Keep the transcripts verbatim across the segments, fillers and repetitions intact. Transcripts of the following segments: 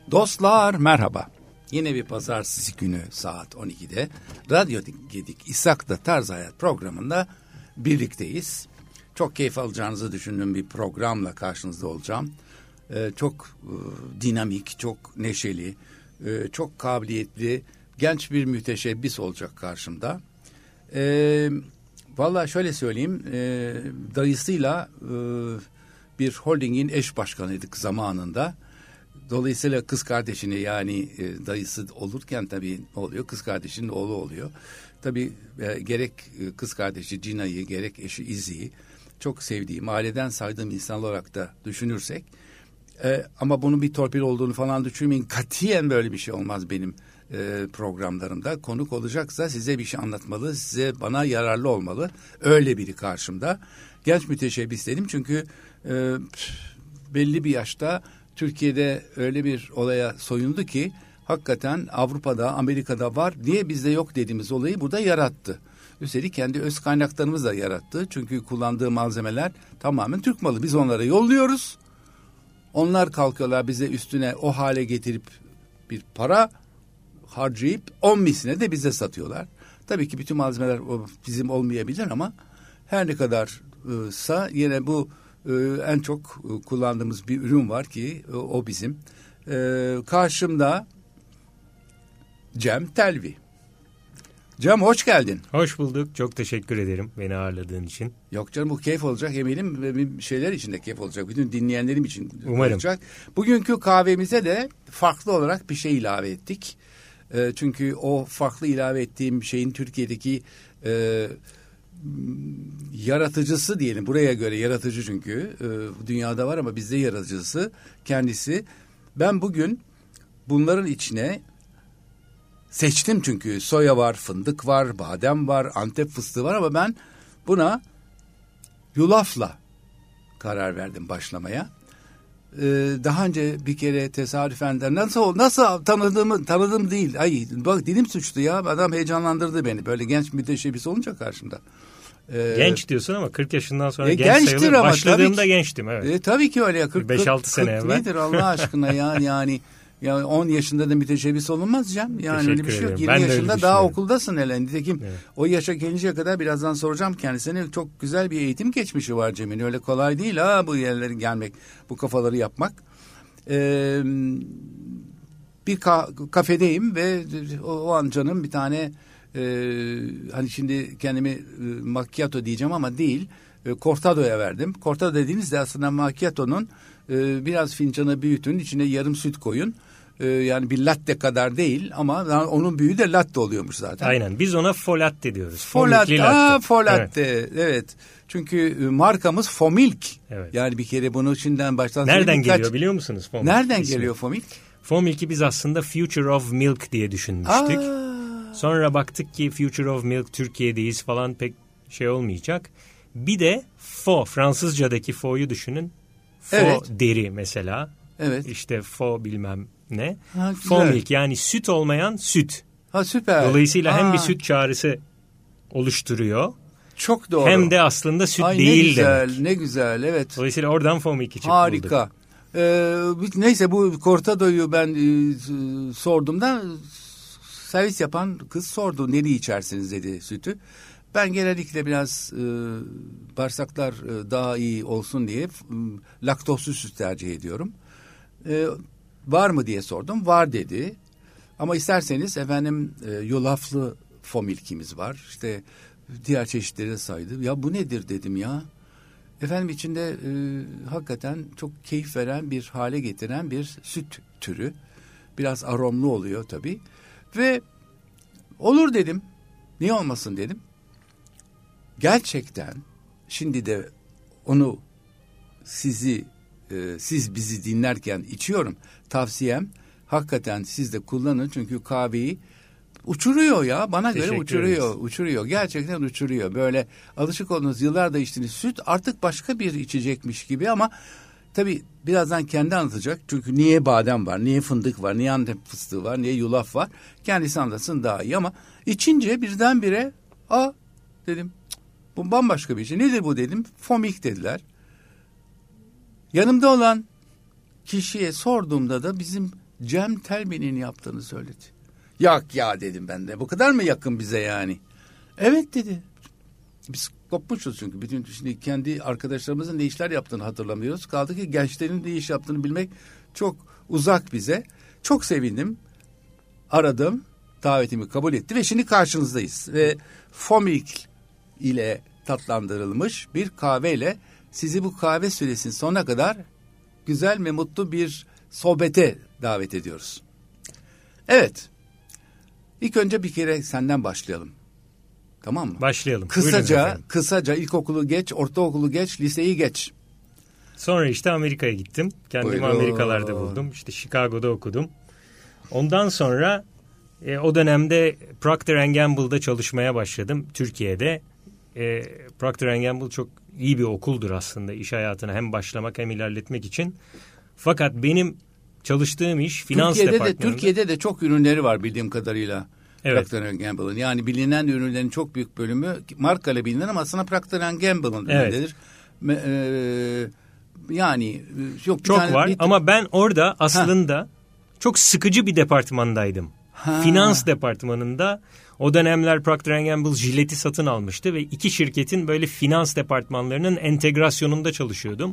Dostlar merhaba. Yine bir pazartesi günü saat on ikide Radyo Gedik İshak'ta Tarz Hayat programında birlikteyiz. Çok keyif alacağınızı düşündüğüm bir programla karşınızda olacağım. Ee, çok e, dinamik, çok neşeli, e, çok kabiliyetli, genç bir müteşebbis olacak karşımda. Ee, Vallahi şöyle söyleyeyim, e, dayısıyla e, bir holdingin eş başkanıydık zamanında. Dolayısıyla kız kardeşini yani e, dayısı olurken tabii oluyor, kız kardeşinin oğlu oluyor. Tabii e, gerek e, kız kardeşi Cina'yı gerek eşi İzzi'yi çok sevdiğim, aileden saydığım insan olarak da düşünürsek. E, ama bunun bir torpil olduğunu falan düşünmeyin. Katiyen böyle bir şey olmaz benim e, programlarımda. Konuk olacaksa size bir şey anlatmalı, size bana yararlı olmalı. Öyle biri karşımda. Genç müteşebbis dedim çünkü e, belli bir yaşta Türkiye'de öyle bir olaya soyundu ki hakikaten Avrupa'da, Amerika'da var. Niye bizde yok dediğimiz olayı burada yarattı. Üstelik kendi öz kaynaklarımız da yarattı. Çünkü kullandığı malzemeler tamamen Türk malı. Biz onlara yolluyoruz. Onlar kalkıyorlar bize üstüne o hale getirip bir para harcayıp on misline de bize satıyorlar. Tabii ki bütün malzemeler bizim olmayabilir ama her ne kadarsa yine bu en çok kullandığımız bir ürün var ki o bizim. Karşımda Cem Telvi. Cem hoş geldin. Hoş bulduk. Çok teşekkür ederim beni ağırladığın için. Yok canım bu keyif olacak eminim ve bir şeyler için de keyif olacak. Bütün dinleyenlerim için umarım olacak. Bugünkü kahvemize de farklı olarak bir şey ilave ettik. E, çünkü o farklı ilave ettiğim şeyin Türkiye'deki e, yaratıcısı diyelim. Buraya göre yaratıcı çünkü. E, dünyada var ama bizde yaratıcısı kendisi. Ben bugün bunların içine seçtim çünkü soya var, fındık var, badem var, Antep fıstığı var ama ben buna yulafla karar verdim başlamaya. Ee, daha önce bir kere tesadüfen de nasıl nasıl tanıdığımı tanıdığım değil. Ay bak dilim suçtu ya. Adam heyecanlandırdı beni. Böyle genç müteşebbis olunca karşımda. Ee, genç diyorsun ama kırk yaşından sonra e, genç sayılır. Ama, başladığımda gençtim evet. E, tabii ki öyle ya. beş altı sene evvel. Nedir Allah aşkına ya yani. Ya on yaşında da müteşebbis olunmaz Cem. Yani Teşekkür öyle bir şey yok. ederim. yirmi yaşında daha okuldasın hele. Nitekim evet. O yaşa gelinceye kadar birazdan soracağım kendisine. Çok güzel bir eğitim geçmişi var Cem'in. Öyle kolay değil ha bu yerlere gelmek, bu kafaları yapmak. Ee, bir ka- kafedeyim ve o, o an canım bir tane e, hani şimdi kendimi e, macchiato diyeceğim ama değil. E, cortado'ya verdim. Cortado dediğinizde aslında macchiato'nun e, biraz fincanı büyütün, içine yarım süt koyun. Yani bir latte kadar değil ama onun büyüğü de latte oluyormuş zaten. Aynen biz ona folatte diyoruz. Folatte. Aa, folatte. Evet. evet. Çünkü markamız Fomilk. Evet. Yani bir kere bunu şimdiden baştan nereden geliyor kaç... biliyor musunuz Fomilk? Nereden ismi? geliyor Fomilk? Fomilk'i biz aslında Future of Milk diye düşünmüştük. Aa. Sonra baktık ki Future of Milk Türkiye'deyiz falan pek şey olmayacak. Bir de fo Fransızcadaki fo'yu düşünün. Fo evet. Deri mesela. Evet. İşte fo bilmem ne? Fomilk yani süt olmayan süt. Ha süper. Dolayısıyla ha. hem bir süt çağrısı oluşturuyor. Çok doğru. Hem de aslında süt Ay, değil ne güzel, demek. Ne güzel evet. Dolayısıyla oradan Fomilk'i çıktı. Harika. Ee, neyse bu Cortado'yu ben e, sorduğumda servis yapan kız sordu. Nereye içersiniz dedi sütü. Ben genellikle biraz e, bağırsaklar e, daha iyi olsun diye e, laktozsuz süt tercih ediyorum. E, var mı diye sordum. Var dedi. Ama isterseniz efendim e, yulaflı Fomilk'imiz var. İşte diğer çeşitleri saydı. Ya bu nedir dedim ya. Efendim içinde e, hakikaten çok keyif veren bir hale getiren bir süt türü. Biraz aromlu oluyor tabii. Ve olur dedim. Niye olmasın dedim. Gerçekten şimdi de onu sizi e, siz bizi dinlerken içiyorum. Tavsiyem hakikaten siz de kullanın çünkü kahveyi uçuruyor ya bana göre uçuruyor ederiz. uçuruyor gerçekten uçuruyor. Böyle alışık olduğunuz yıllarda içtiğiniz süt artık başka bir içecekmiş gibi ama tabii birazdan kendi anlatacak çünkü niye badem var, niye fındık var, niye Antep fıstığı var, niye yulaf var kendisi anlatsın daha iyi ama içince birdenbire aa dedim bu bambaşka bir şey. Nedir bu dedim. Fomilk dediler. Yanımda olan kişiye sorduğumda da bizim Cem Telmi'nin yaptığını söyledi. Yok ya dedim ben de. Bu kadar mı yakın bize yani? Evet dedi. Biz kopmuşuz çünkü. Bütün şimdi kendi arkadaşlarımızın ne işler yaptığını hatırlamıyoruz. Kaldı ki gençlerin ne iş yaptığını bilmek çok uzak bize. Çok sevindim. Aradım. Davetimi kabul etti ve şimdi karşınızdayız. Ve Fomilk ile tatlandırılmış bir kahveyle sizi bu kahve süresinin sonuna kadar güzel ve mutlu bir sohbete davet ediyoruz. Evet. İlk önce bir kere senden başlayalım. Tamam mı? Başlayalım. Kısaca, kısaca ilkokulu geç, ortaokulu geç, liseyi geç. Sonra işte Amerika'ya gittim. Kendimi Buyurun. Amerikalarda buldum. İşte Chicago'da okudum. Ondan sonra e, o dönemde Procter and Gamble'da çalışmaya başladım. Türkiye'de. E, Procter and Gamble çok iyi bir okuldur aslında iş hayatına hem başlamak hem ilerletmek için. Fakat benim çalıştığım iş finans Türkiye'de departmanında. de, Türkiye'de de çok ürünleri var bildiğim kadarıyla. Evet. Procter and Gamble'ın. Yani bilinen ürünlerin çok büyük bölümü markayla bilinen ama aslında Procter and Gamble'ın Evet. ürünleridir. Ee, yani yok bir çok tane, var bir... ama ben orada aslında ha. çok sıkıcı bir departmandaydım. Ha. Finans departmanında o dönemler Procter and Gamble Gillette'i satın almıştı ve iki şirketin böyle finans departmanlarının entegrasyonunda çalışıyordum.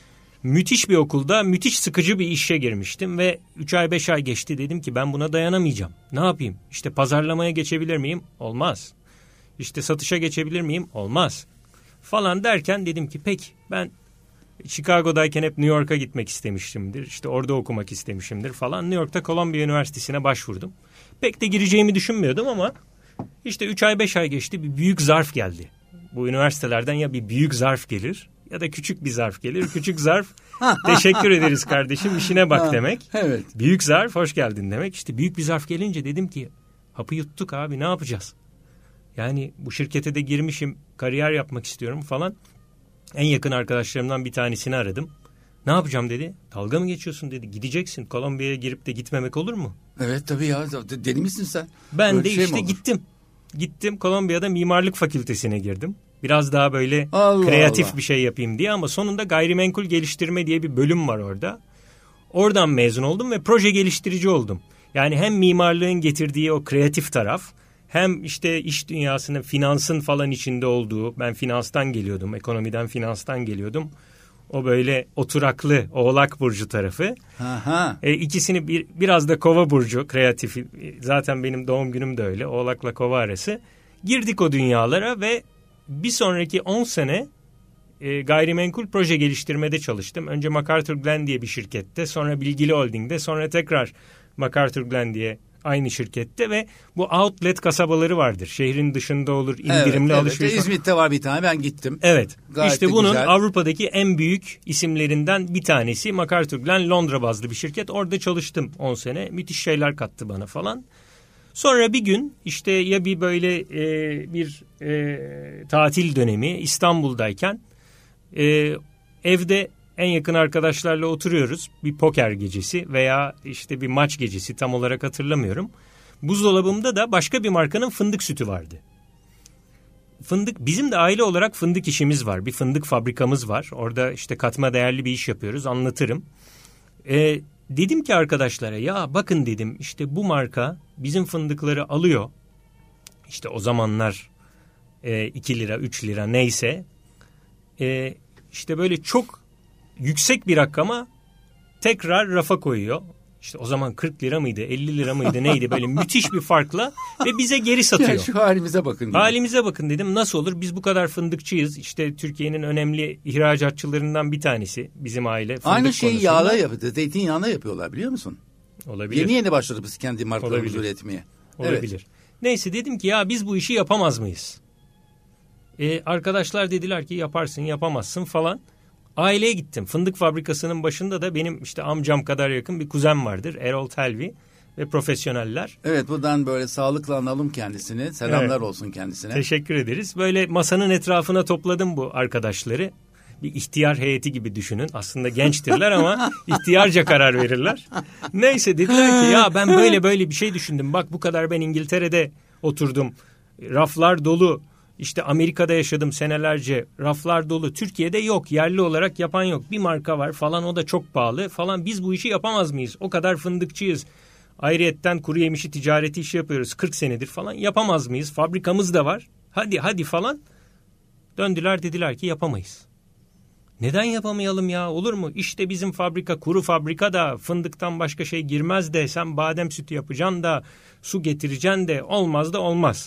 Müthiş bir okulda müthiş sıkıcı bir işe girmiştim ve üç ay beş ay geçti, dedim ki ben buna dayanamayacağım. Ne yapayım? İşte pazarlamaya geçebilir miyim? Olmaz. İşte satışa geçebilir miyim? Olmaz. Falan derken dedim ki peki ben Chicago'dayken hep New York'a gitmek istemişimdir. İşte orada okumak istemişimdir falan. New York'ta Columbia Üniversitesi'ne başvurdum. Pek de gireceğimi düşünmüyordum ama işte üç ay beş ay geçti, bir büyük zarf geldi. Bu üniversitelerden ya bir büyük zarf gelir ya da küçük bir zarf gelir. Küçük zarf teşekkür ederiz kardeşim işine bak demek. Evet. Büyük zarf hoş geldin demek. İşte büyük bir zarf gelince dedim ki hapı yuttuk abi, ne yapacağız? Yani bu şirkete de girmişim, kariyer yapmak istiyorum falan. En yakın arkadaşlarımdan bir tanesini aradım. Ne yapacağım dedi. Dalga mı geçiyorsun dedi. Gideceksin. Columbia'ya girip de gitmemek olur mu? Evet tabii ya. Deli misin sen? Ben Öyle de şey işte gittim. Gittim Columbia'da mimarlık fakültesine girdim. Biraz daha böyle Allah kreatif Allah. bir şey yapayım diye ama sonunda gayrimenkul geliştirme diye bir bölüm var orada. Oradan mezun oldum ve proje geliştirici oldum. Yani hem mimarlığın getirdiği o kreatif taraf, hem işte iş dünyasının, finansın falan içinde olduğu, ben finanstan geliyordum, ekonomiden finanstan geliyordum. O böyle oturaklı Oğlak Burcu tarafı. Aha. E, ikisini bir, biraz da Kova Burcu kreatif. Zaten benim doğum günüm de öyle. Oğlak'la Kova arası. Girdik o dünyalara ve bir sonraki on sene e, gayrimenkul proje geliştirmede çalıştım. Önce MacArthur Glen diye bir şirkette, sonra Bilgili Holding'de, sonra tekrar MacArthur Glen diye aynı şirkette ve bu outlet kasabaları vardır. Şehrin dışında olur, indirimli evet, alışveriş. Evet, İzmit'te var bir tane, ben gittim. Evet. Gayet işte bunun güzel. Avrupa'daki en büyük isimlerinden bir tanesi MacArthur Glen, Londra bazlı bir şirket. Orada çalıştım on sene. Müthiş şeyler kattı bana falan. Sonra bir gün işte ya bir böyle e, bir e, tatil dönemi İstanbul'dayken e, evde en yakın arkadaşlarla oturuyoruz. Bir poker gecesi veya işte bir maç gecesi, tam olarak hatırlamıyorum. Buzdolabımda da başka bir markanın fındık sütü vardı. Fındık, bizim de aile olarak fındık işimiz var. Bir fındık fabrikamız var. Orada işte katma değerli bir iş yapıyoruz. Anlatırım. E, dedim ki arkadaşlara, ya bakın dedim, işte bu marka bizim fındıkları alıyor. İşte o zamanlar e, iki lira üç lira neyse. E, işte böyle çok yüksek bir rakama tekrar rafa koyuyor. İşte o zaman kırk lira mıydı, elli lira mıydı neydi, böyle müthiş bir farkla ve bize geri satıyor. Ya şu halimize bakın. Dedim. Halimize bakın dedim, nasıl olur, biz bu kadar fındıkçıyız. İşte Türkiye'nin önemli ihracatçılarından bir tanesi bizim aile. Aynı şeyi konusunda. yağla yapıyor. Zeytinyağına yapıyorlar, biliyor musun? Olabilir. Yeni yeni başladı biz kendi markalarımızı üretmeye. Olabilir. Evet. Neyse dedim ki ya biz bu işi yapamaz mıyız? Ee, arkadaşlar dediler ki yaparsın yapamazsın falan. Aileye gittim. Fındık fabrikasının başında da benim işte amcam kadar yakın bir kuzen vardır. Erol Telvi ve profesyoneller. Evet, buradan böyle sağlıkla analım kendisini. Selamlar Evet. olsun kendisine. Teşekkür ederiz. Böyle masanın etrafına topladım bu arkadaşları. Bir ihtiyar heyeti gibi düşünün. Aslında gençtirler ama ihtiyarca karar verirler. Neyse dediler ki ya ben böyle böyle bir şey düşündüm. Bak bu kadar ben İngiltere'de oturdum. Raflar dolu. İşte Amerika'da yaşadım senelerce, raflar dolu. Türkiye'de yok, yerli olarak yapan yok. Bir marka var falan, o da çok pahalı falan. Biz bu işi yapamaz mıyız? O kadar fındıkçıyız. Ayrıyetten kuru yemişi ticareti işi yapıyoruz kırk senedir falan. Yapamaz mıyız? Fabrikamız da var. Hadi hadi falan. Döndüler, dediler ki yapamayız. Neden yapamayalım ya, olur mu? İşte bizim fabrika kuru fabrika da, fındıktan başka şey girmez de, sen badem sütü yapacaksın da, su getireceksin de, olmaz da olmaz.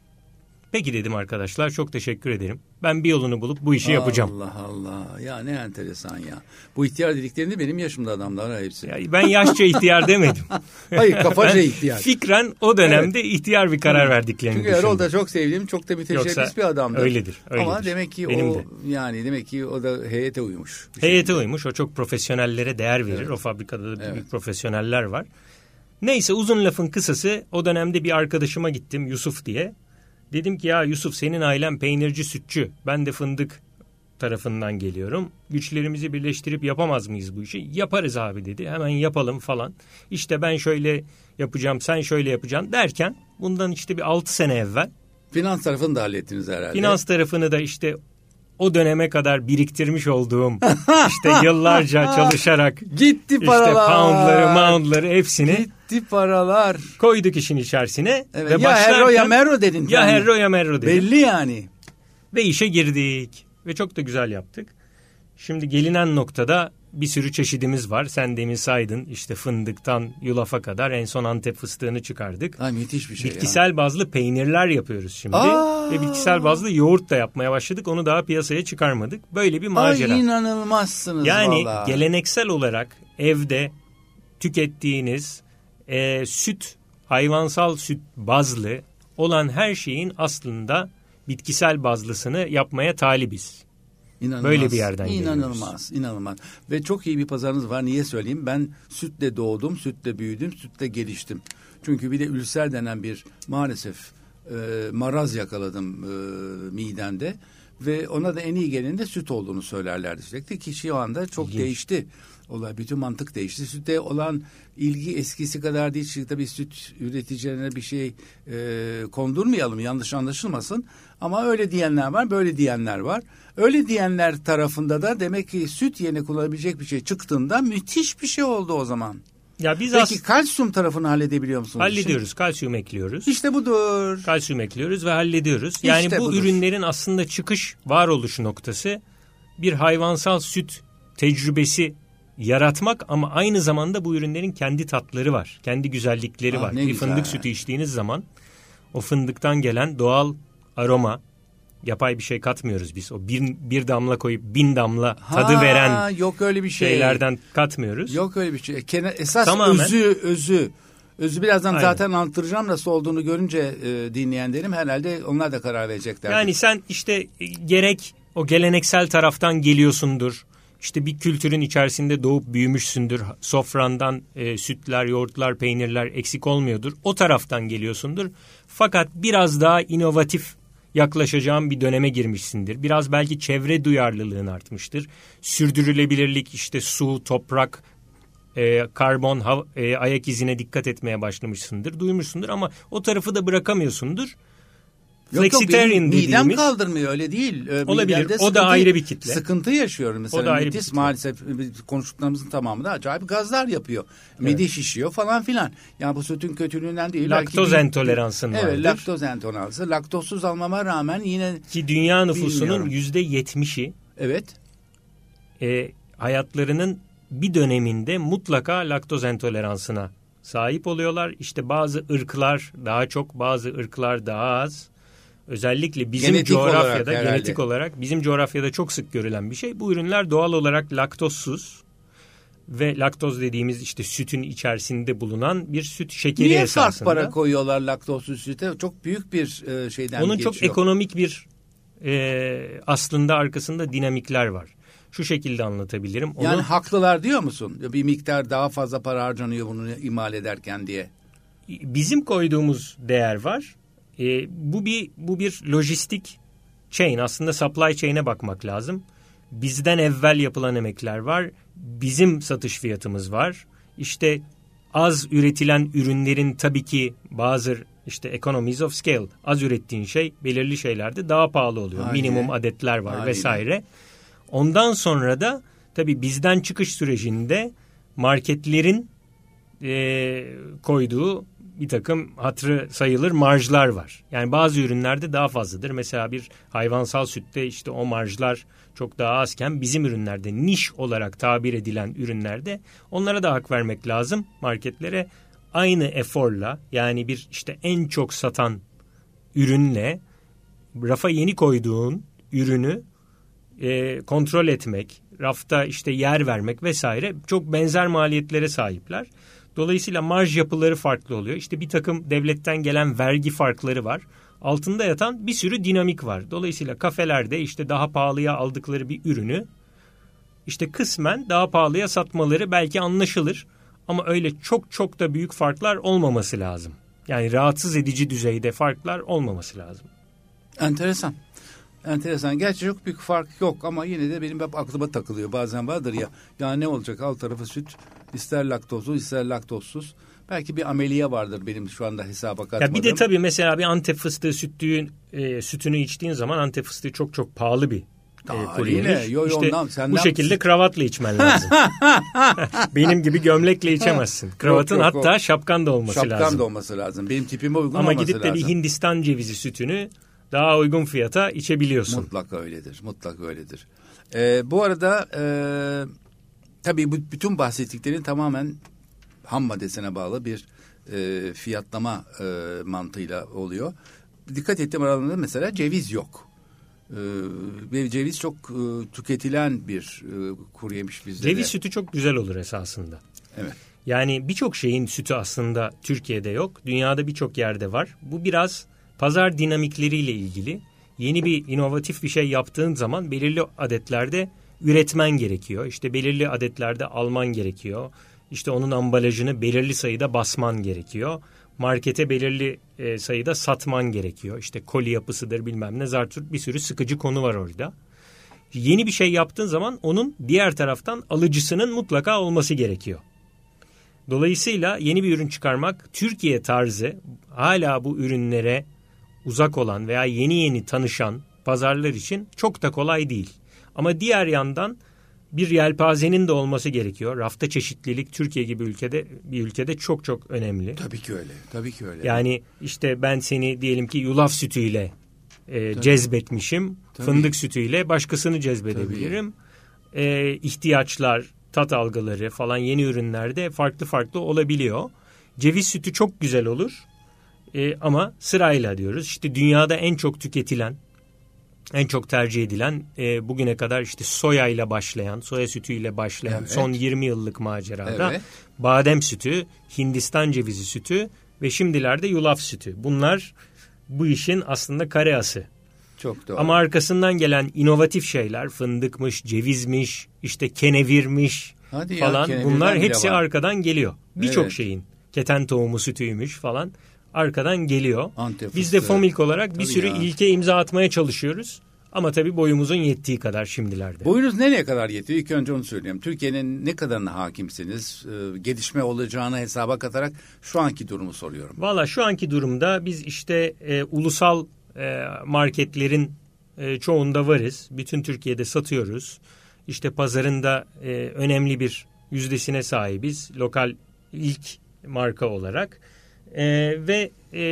Peki dedim arkadaşlar, çok teşekkür ederim. Ben bir yolunu bulup bu işi yapacağım. Allah Allah, ya ne enteresan ya. Bu ihtiyar dediklerini benim yaşımda adamlar ha hepsi. Ya ben yaşça ihtiyar demedim. Hayır, kafaca ihtiyar. Fikren o dönemde evet, ihtiyar bir karar verdiklerini Çünkü düşündüm. Erol da çok sevdiğim, çok da müteşebbis bir adamdı. Öyledir, öyledir. Ama demek ki benim o de. yani demek ki o da heyete uymuş. Heyete uymuş. O çok profesyonellere değer verir. Evet. O fabrikada da evet. büyük profesyoneller var. Neyse, uzun lafın kısası, o dönemde bir arkadaşıma gittim, Yusuf diye. Dedim ki ya Yusuf, senin ailen peynirci sütçü. Ben de fındık tarafından geliyorum. Güçlerimizi birleştirip yapamaz mıyız bu işi? Yaparız abi dedi. Hemen yapalım falan. İşte ben şöyle yapacağım, sen şöyle yapacaksın derken, bundan işte bir altı sene evvel. Finans tarafını da hallettiniz herhalde. Finans tarafını da işte o döneme kadar biriktirmiş olduğum işte yıllarca çalışarak gitti paralar. İşte poundları, moundları hepsini gitti paralar. Koyduk işin içerisine. Evet, ve ya başlarken, herro ya merro dedin. Ya yani. herro ya merro dedim. Belli yani. Ve işe girdik. Ve çok da güzel yaptık. Şimdi gelinen noktada bir sürü çeşidimiz var. Sen demin saydın, işte fındıktan yulafa kadar, en son Antep fıstığını çıkardık. Ay, müthiş bir şey. Bitkisel ya. bazlı peynirler yapıyoruz şimdi. Aa! Ve bitkisel bazlı yoğurt da yapmaya başladık. Onu daha piyasaya çıkarmadık. Böyle bir macera. Ay, inanılmazsınız yani vallahi. Geleneksel olarak evde tükettiğiniz e, süt, hayvansal süt bazlı olan her şeyin aslında bitkisel bazlısını yapmaya talibiz. İnanılmaz. Böyle bir yerden İnanılmaz, geliyoruz. inanılmaz. Ve çok iyi bir pazarınız var. Niye söyleyeyim? Ben sütle doğdum, sütle büyüdüm, sütle geliştim. Çünkü bir de ülser denen bir maalesef e, maraz yakaladım e, midemde. Ve ona da en iyi gelenin de süt olduğunu söylerlerdi sürekli, ki şu anda çok İlginç. değişti. Olay, bütün mantık değişti. Sütte olan ilgi eskisi kadar değil. Şimdi tabii süt üreticilerine bir şey e, kondurmayalım, yanlış anlaşılmasın. Ama öyle diyenler var, böyle diyenler var. Öyle diyenler tarafında da demek ki süt yerine kullanabilecek bir şey çıktığında müthiş bir şey oldu o zaman. Ya biz Peki as- kalsiyum tarafını halledebiliyor musunuz? hallediyoruz. Şimdi? Kalsiyum ekliyoruz. İşte budur. Kalsiyum ekliyoruz ve hallediyoruz. Yani İşte bu budur. ürünlerin aslında çıkış, varoluş noktası bir hayvansal süt tecrübesi yaratmak, ama aynı zamanda bu ürünlerin kendi tatları var. Kendi güzellikleri Ah, var. ne Bir güzel. fındık sütü içtiğiniz zaman o fındıktan gelen doğal aroma, yapay bir şey katmıyoruz biz. O bir, bir damla koyup bin damla tadı Ha, veren yok öyle bir şey. şeylerden katmıyoruz. Yok öyle bir şey. Kena- Esas Tamamen. özü, özü. Özü birazdan Aynen. zaten anlatacağım, nasıl olduğunu görünce e, dinleyenlerim herhalde onlar da karar verecekler. Yani sen işte e, gerek o geleneksel taraftan geliyorsundur. İşte bir kültürün içerisinde doğup büyümüşsündür. Sofrandan e, sütler, yoğurtlar, peynirler eksik olmuyordur. O taraftan geliyorsundur. Fakat biraz daha inovatif yaklaşacağın bir döneme girmişsindir. Biraz belki çevre duyarlılığın artmıştır. Sürdürülebilirlik, işte su, toprak, e, karbon, hav- e, ayak izine dikkat etmeye başlamışsındır. Duymuşsundur ama o tarafı da bırakamıyorsundur. Yok, yok, Flexitarian benim midem dediğimiz kaldırmıyor, öyle değil. Ee, olabilir. midemde O sıkıntı- da ayrı bir kitle. Sıkıntı yaşıyorum mesela. O da ayrı bir Midis kitle. maalesef konuştuklarımızın tamamı da acayip gazlar yapıyor. Evet. Mide şişiyor falan filan. Yani bu sütün kötülüğünden değil. Laktoz belki entoleransın evet, vardır. laktoz entoleransı. Laktozsuz almama rağmen yine Ki dünya nüfusunun bilmiyorum. yüzde yetmişi evet. e, hayatlarının bir döneminde mutlaka laktoz entoleransına sahip oluyorlar. İşte bazı ırklar daha çok, bazı ırklar daha az. Özellikle bizim Genetik coğrafyada, olarak genetik olarak bizim coğrafyada çok sık görülen bir şey. Bu ürünler doğal olarak laktozsuz ve laktoz dediğimiz işte sütün içerisinde bulunan bir süt şekeri Niye esasında. fark para koyuyorlar laktozsuz süte? Çok büyük bir e, şeyden Onun geçiyor. çok ekonomik bir e, aslında arkasında dinamikler var. Şu şekilde anlatabilirim. Onu, Yani haklılar diyor musun? Bir miktar daha fazla para harcanıyor bunu imal ederken diye. bizim koyduğumuz değer var. E, bu bir bu bir lojistik chain, aslında supply chain'e bakmak lazım. Bizden evvel yapılan emekler var. Bizim satış fiyatımız var. İşte az üretilen ürünlerin tabii ki bazı İşte economies of scale. Az ürettiğin şey belirli şeylerde daha pahalı oluyor. Aynen. Minimum adetler var Aynen. vesaire. Ondan sonra da tabii bizden çıkış sürecinde marketlerin e, koyduğu bir takım hatırı sayılır marjlar var. Yani bazı ürünlerde daha fazladır. Mesela bir hayvansal sütte işte o marjlar çok daha azken bizim ürünlerde, niş olarak tabir edilen ürünlerde onlara da hak vermek lazım marketlere. Aynı eforla, yani bir işte en çok satan ürünle rafa yeni koyduğun ürünü e, kontrol etmek, rafta işte yer vermek vesaire çok benzer maliyetlere sahipler. Dolayısıyla marj yapıları farklı oluyor. İşte bir takım devletten gelen vergi farkları var. Altında yatan bir sürü dinamik var. Dolayısıyla kafelerde işte daha pahalıya aldıkları bir ürünü işte kısmen daha pahalıya satmaları belki anlaşılır. Ama öyle çok çok da büyük farklar olmaması lazım. Yani rahatsız edici düzeyde farklar olmaması lazım. Enteresan. Enteresan. Gerçi çok büyük fark yok ama yine de benim hep aklıma takılıyor. Bazen vardır ya, ya ne olacak, alt tarafı süt, ister laktozlu ister laktozsuz. Belki bir ameliye vardır benim şu anda hesaba katmadığım. Ya bir de tabii mesela bir Antep fıstığı sütüğün, e, sütünü içtiğin zaman Antep fıstığı çok çok pahalı bir e, kuru yemiş. Yo, yo, işte ondan, sen bu şekilde kravatla içmen lazım. Benim gibi gömlekle içemezsin. Kravatın yok, yok, hatta yok. şapkan da olması şapkan lazım. Şapkan da olması lazım. Benim tipime uygun Ama olması lazım. Ama gidip de bir Hindistan cevizi sütünü daha uygun fiyata içebiliyorsun. Mutlaka öyledir. Mutlaka öyledir. Ee, bu arada e, tabii bu, bütün bahsettiklerin tamamen ham maddesine bağlı bir e, fiyatlama e, mantığıyla oluyor. Dikkat ettiğim aralarında mesela ceviz yok. Ee, ceviz çok e, tüketilen bir e, kuru yemiş bizde. Ceviz de. sütü çok güzel olur esasında. Evet. Yani birçok şeyin sütü aslında Türkiye'de yok. Dünyada birçok yerde var. Bu biraz pazar dinamikleriyle ilgili. Yeni bir inovatif bir şey yaptığın zaman belirli adetlerde üretmen gerekiyor. İşte belirli adetlerde alman gerekiyor. İşte onun ambalajını belirli sayıda basman gerekiyor. Markete belirli e, sayıda satman gerekiyor. İşte koli yapısıdır bilmem ne zartürt, bir sürü sıkıcı konu var orada. Yeni bir şey yaptığın zaman onun diğer taraftan alıcısının mutlaka olması gerekiyor. Dolayısıyla yeni bir ürün çıkarmak Türkiye tarzı hala bu ürünlere uzak olan veya yeni yeni tanışan pazarlar için çok da kolay değil. Ama diğer yandan bir yelpazenin de olması gerekiyor. Rafta çeşitlilik Türkiye gibi ülkede bir ülkede çok çok önemli. Tabii ki öyle. Tabii ki öyle. Yani işte ben seni diyelim ki yulaf sütüyle e, cezbetmişim. Tabii. Fındık sütüyle başkasını cezbedebilirim. E, ihtiyaçlar, tat algıları falan yeni ürünlerde farklı farklı olabiliyor. Ceviz sütü çok güzel olur. E, ama sırayla diyoruz. İşte dünyada en çok tüketilen, en çok tercih edilen e, bugüne kadar işte soya ile başlayan, soya sütüyle başlayan evet. son yirmi yıllık macerada evet. badem sütü, Hindistan cevizi sütü ve şimdilerde yulaf sütü. Bunlar bu işin aslında kare ası. Çok doğru. Ama arkasından gelen inovatif şeyler, fındıkmış, cevizmiş, işte kenevirmiş Hadi falan ya, bunlar hepsi arkadan geliyor. Birçok evet. şeyin keten tohumu sütüymüş falan. Arkadan geliyor. Antep Biz de FOMİLK olarak tabii bir sürü ya. ilke imza atmaya çalışıyoruz. Ama tabii boyumuzun yettiği kadar şimdilerde. Boyunuz nereye kadar yetiyor? İlk önce onu söyleyeyim. Türkiye'nin ne kadarına hakimsiniz? Ee, gelişme olacağını hesaba katarak şu anki durumu soruyorum. Valla şu anki durumda biz işte e, ulusal e, marketlerin e, çoğunda varız. Bütün Türkiye'de satıyoruz. İşte pazarında e, önemli bir yüzdesine sahibiz. Lokal ilk marka olarak. Ee, ve e,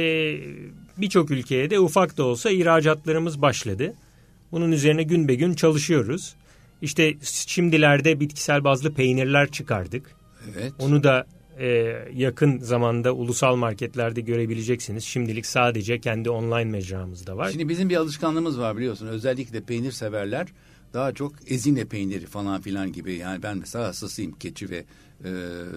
birçok ülkeye de ufak da olsa ihracatlarımız başladı. Bunun üzerine gün be gün çalışıyoruz. İşte şimdilerde bitkisel bazlı peynirler çıkardık. Evet. Onu da e, yakın zamanda ulusal marketlerde görebileceksiniz. Şimdilik sadece kendi online mecramızda var. Şimdi bizim bir alışkanlığımız var biliyorsun. Özellikle peynir severler daha çok ezine peyniri falan filan gibi. Yani ben mesela hastasıyım keçi ve e,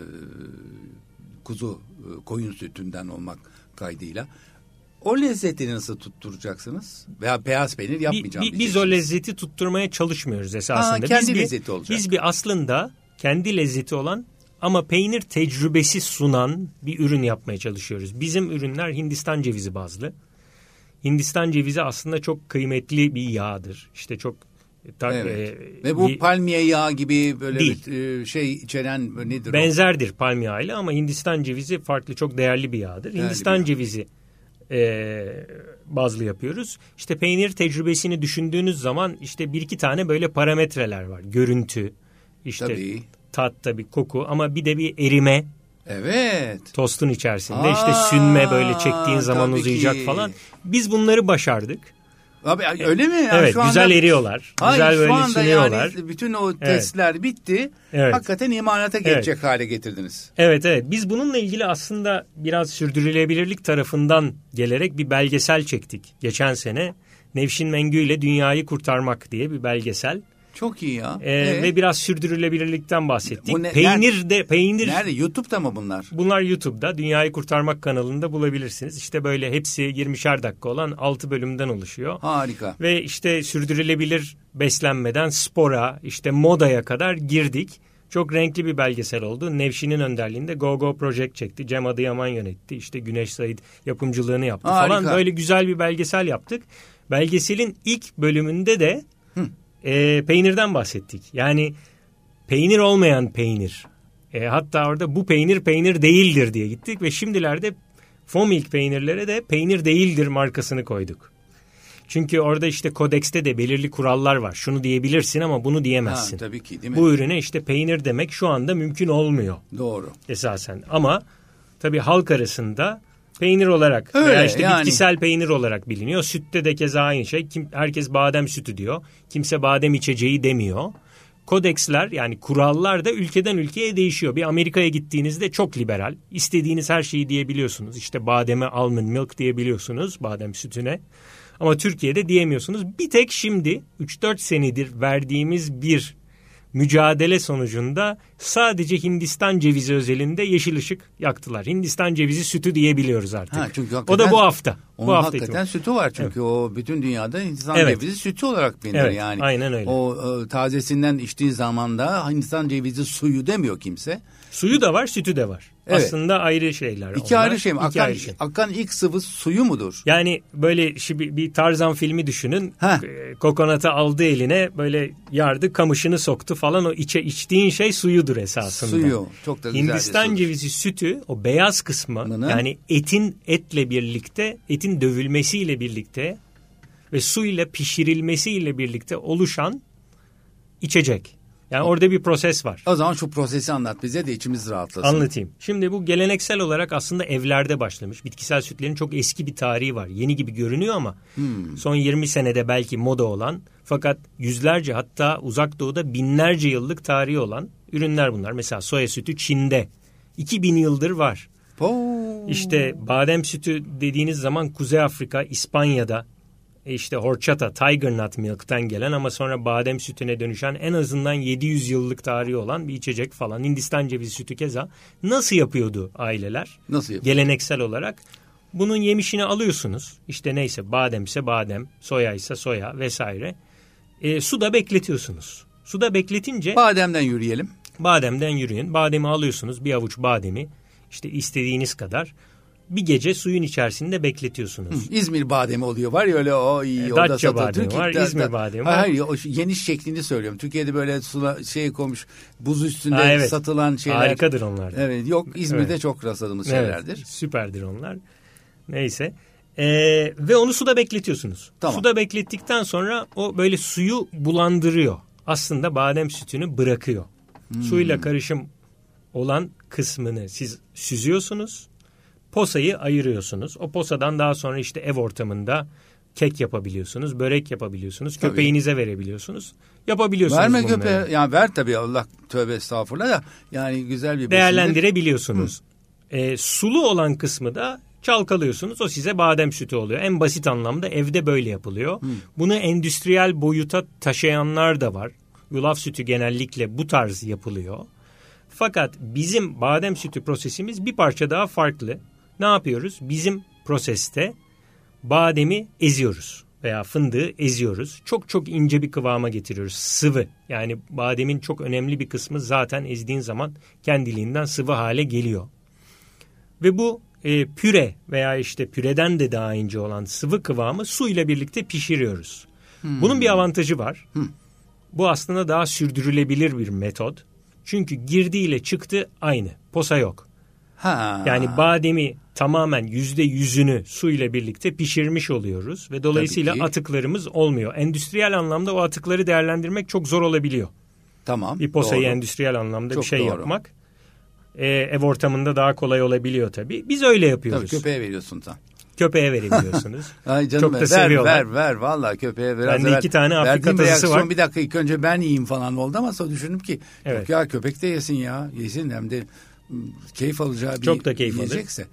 kuzu, koyun sütünden olmak kaydıyla. O lezzeti nasıl tutturacaksınız? Veya beyaz peynir yapmayacağım. Bi, bi, biz o lezzeti tutturmaya çalışmıyoruz esasında. Aa, kendi biz lezzeti bir, olacak. Biz bir aslında kendi lezzeti olan ama peynir tecrübesi sunan bir ürün yapmaya çalışıyoruz. Bizim ürünler Hindistan cevizi bazlı. Hindistan cevizi aslında çok kıymetli bir yağdır. İşte çok Ta, evet. e, Ve bu bir, palmiye yağı gibi böyle değil. bir şey içeren nedir? Benzerdir o? Palmiye yağıyla ama Hindistan cevizi farklı, çok değerli bir yağdır. Değerli Hindistan bir yağ. cevizi e, bazlı yapıyoruz. İşte peynir tecrübesini düşündüğünüz zaman işte bir iki tane böyle parametreler var. Görüntü, işte tabii. tat, tabii koku, ama bir de bir erime. Evet. Tostun içerisinde Aa, işte sünme, böyle çektiğin zaman uzayacak ki. falan. Biz bunları başardık. Abi öyle mi? Yani evet, şu anda, güzel eriyorlar. Hayır, güzel böyle şu anda sünüyorlar. Yani bütün o evet. testler bitti. Evet. Hakikaten imalata geçecek evet. hale getirdiniz. Evet evet. Biz bununla ilgili aslında biraz sürdürülebilirlik tarafından gelerek bir belgesel çektik. Geçen sene Nevşin Mengü ile Dünyayı Kurtarmak diye bir belgesel. Çok iyi ya. Ee, ee? Ve biraz sürdürülebilirlikten bahsettik. Ne, peynir de peynir. Nerede? YouTube'da mı bunlar? Bunlar YouTube'da Dünyayı Kurtarmak kanalında bulabilirsiniz. İşte böyle hepsi yirmişer dakika olan altı bölümden oluşuyor. Harika. Ve işte sürdürülebilir beslenmeden spora, işte modaya kadar girdik. Çok renkli bir belgesel oldu. Nevşin'in önderliğinde Go Go Project çekti. Cem Adıyaman yönetti. İşte Güneş Said yapımcılığını yaptı Harika. falan. Böyle güzel bir belgesel yaptık. Belgeselin ilk bölümünde de e, peynirden bahsettik. Yani peynir olmayan peynir. E, hatta orada bu peynir peynir değildir diye gittik ve şimdilerde Fomilk peynirlere de peynir değildir markasını koyduk. Çünkü orada işte kodekste de belirli kurallar var. Şunu diyebilirsin ama bunu diyemezsin. Ha, tabii ki, değil mi? Bu ürüne işte peynir demek şu anda mümkün olmuyor. Doğru. Esasen. Ama tabii halk arasında peynir olarak öyle, veya işte yani. bitkisel peynir olarak biliniyor. Sütte de keza aynı şey. Kim, herkes badem sütü diyor. Kimse badem içeceği demiyor. Kodeksler, yani kurallar da ülkeden ülkeye değişiyor. Bir Amerika'ya gittiğinizde çok liberal. İstediğiniz her şeyi diyebiliyorsunuz. İşte bademe almond milk diyebiliyorsunuz, badem sütüne. Ama Türkiye'de diyemiyorsunuz. Bir tek şimdi üç dört senedir verdiğimiz bir mücadele sonucunda sadece Hindistan cevizi özelinde yeşil ışık yaktılar. Hindistan cevizi sütü diyebiliyoruz artık. Ha, çünkü o da bu hafta. Onun bu hafta hakikaten itibaren. sütü var çünkü evet. o bütün dünyada Hindistan evet. cevizi sütü olarak bilinir evet, yani. Aynen öyle. O e, tazesinden içtiği zaman da Hindistan cevizi suyu demiyor kimse. Suyu da var, sütü de var. Evet. Aslında ayrı şeyler. İki onlar. ayrı şey mi? İki Akan, ayrı şey. akan ilk sıvı suyu mudur? Yani böyle bir, bir Tarzan filmi düşünün. Heh. Kokonatı aldı eline, böyle yardı, kamışını soktu falan. O içe içtiğin şey suyudur esasında. Suyu. Çok da güzel. Hindistan cevizi sütü, o beyaz kısmı, Mını? yani etin etle birlikte, etin dövülmesiyle birlikte ve suyla pişirilmesiyle birlikte oluşan içecek. Yani orada bir proses var. O zaman şu prosesi anlat bize de içimiz rahatlasın. Anlatayım. Şimdi bu geleneksel olarak aslında evlerde başlamış. Bitkisel sütlerin çok eski bir tarihi var. Yeni gibi görünüyor ama hmm. son yirmi senede belki moda olan, fakat yüzlerce, hatta uzak doğuda binlerce yıllık tarihi olan ürünler bunlar. Mesela soya sütü Çin'de iki bin yıldır var. Oo. İşte badem sütü dediğiniz zaman Kuzey Afrika, İspanya'da, İşte horchata, tiger nut milk'ten gelen ama sonra badem sütüne dönüşen en azından yedi yüz yıllık tarihi olan bir içecek falan. Hindistan cevizi sütü keza. Nasıl yapıyordu aileler? Nasıl yapıyor? Geleneksel olarak. Bunun yemişini alıyorsunuz. İşte neyse, bademse badem, soya ise soya vesaire. E, suda bekletiyorsunuz. Suda bekletince... Bademden yürüyelim. Bademden yürüyün. Bademi alıyorsunuz, bir avuç bademi. İşte istediğiniz kadar. Bir gece suyun içerisinde bekletiyorsunuz. Hı, İzmir bademi oluyor, var ya öyle, o iyi. E, o da Datça bademi var, da, İzmir bademi var. Hayır, o yeniş şeklini söylüyorum. Türkiye'de böyle sula, şey koymuş, buz üstünde ha, evet. satılan şeyler. Harikadır onlar. Evet, yok İzmir'de evet. çok rastladığımız şeylerdir. Evet, süperdir onlar. Neyse. Ee, ve onu suda bekletiyorsunuz. Tamam. Suda beklettikten sonra o böyle suyu bulandırıyor. Aslında badem sütünü bırakıyor. Hmm. Suyla karışım olan kısmını siz süzüyorsunuz. Posayı ayırıyorsunuz. O posadan daha sonra işte ev ortamında kek yapabiliyorsunuz, börek yapabiliyorsunuz, tabii. Köpeğinize verebiliyorsunuz. Yapabiliyorsunuz Verme bunları. köpeğe, yani ver tabii, Allah tövbe estağfurullah da, yani güzel bir değerlendirebiliyorsunuz. E, sulu olan kısmı da çalkalıyorsunuz. O size badem sütü oluyor. En basit anlamda evde böyle yapılıyor. Hı. Bunu endüstriyel boyuta taşıyanlar da var. Yulaf sütü genellikle bu tarz yapılıyor. Fakat bizim badem sütü prosesimiz bir parça daha farklı. Ne yapıyoruz? Bizim proseste bademi eziyoruz veya fındığı eziyoruz. Çok çok ince bir kıvama getiriyoruz. Sıvı. Yani bademin çok önemli bir kısmı zaten ezdiğin zaman kendiliğinden sıvı hale geliyor. Ve bu e, püre veya işte püreden de daha ince olan sıvı kıvamı suyla birlikte pişiriyoruz. Hmm. Bunun bir avantajı var. Hmm. Bu aslında daha sürdürülebilir bir metot. Çünkü girdiğiyle çıktı aynı. Posa yok. Ha. Yani bademi tamamen yüzde yüzünü su ile birlikte pişirmiş oluyoruz ve dolayısıyla atıklarımız olmuyor. Endüstriyel anlamda o atıkları değerlendirmek çok zor olabiliyor. Tamam. Bir posayı doğru. endüstriyel anlamda Çok bir şey doğru. yapmak e, ev ortamında daha kolay olabiliyor tabii. Biz öyle yapıyoruz. Tabii köpeğe veriyorsun sen. Köpeğe verebiliyorsunuz. Ay canım, çok da ver, seviyorlar. Ver ver vallahi köpeğe ver. Bende iki tane Afrika tazısı var. Bir dakika ilk önce ben yiyeyim falan oldu ama sonra düşündüm ki evet. yok ya köpek de yesin ya. Yesin hem de keyif alacağı bir çok da keyif yiyecekse.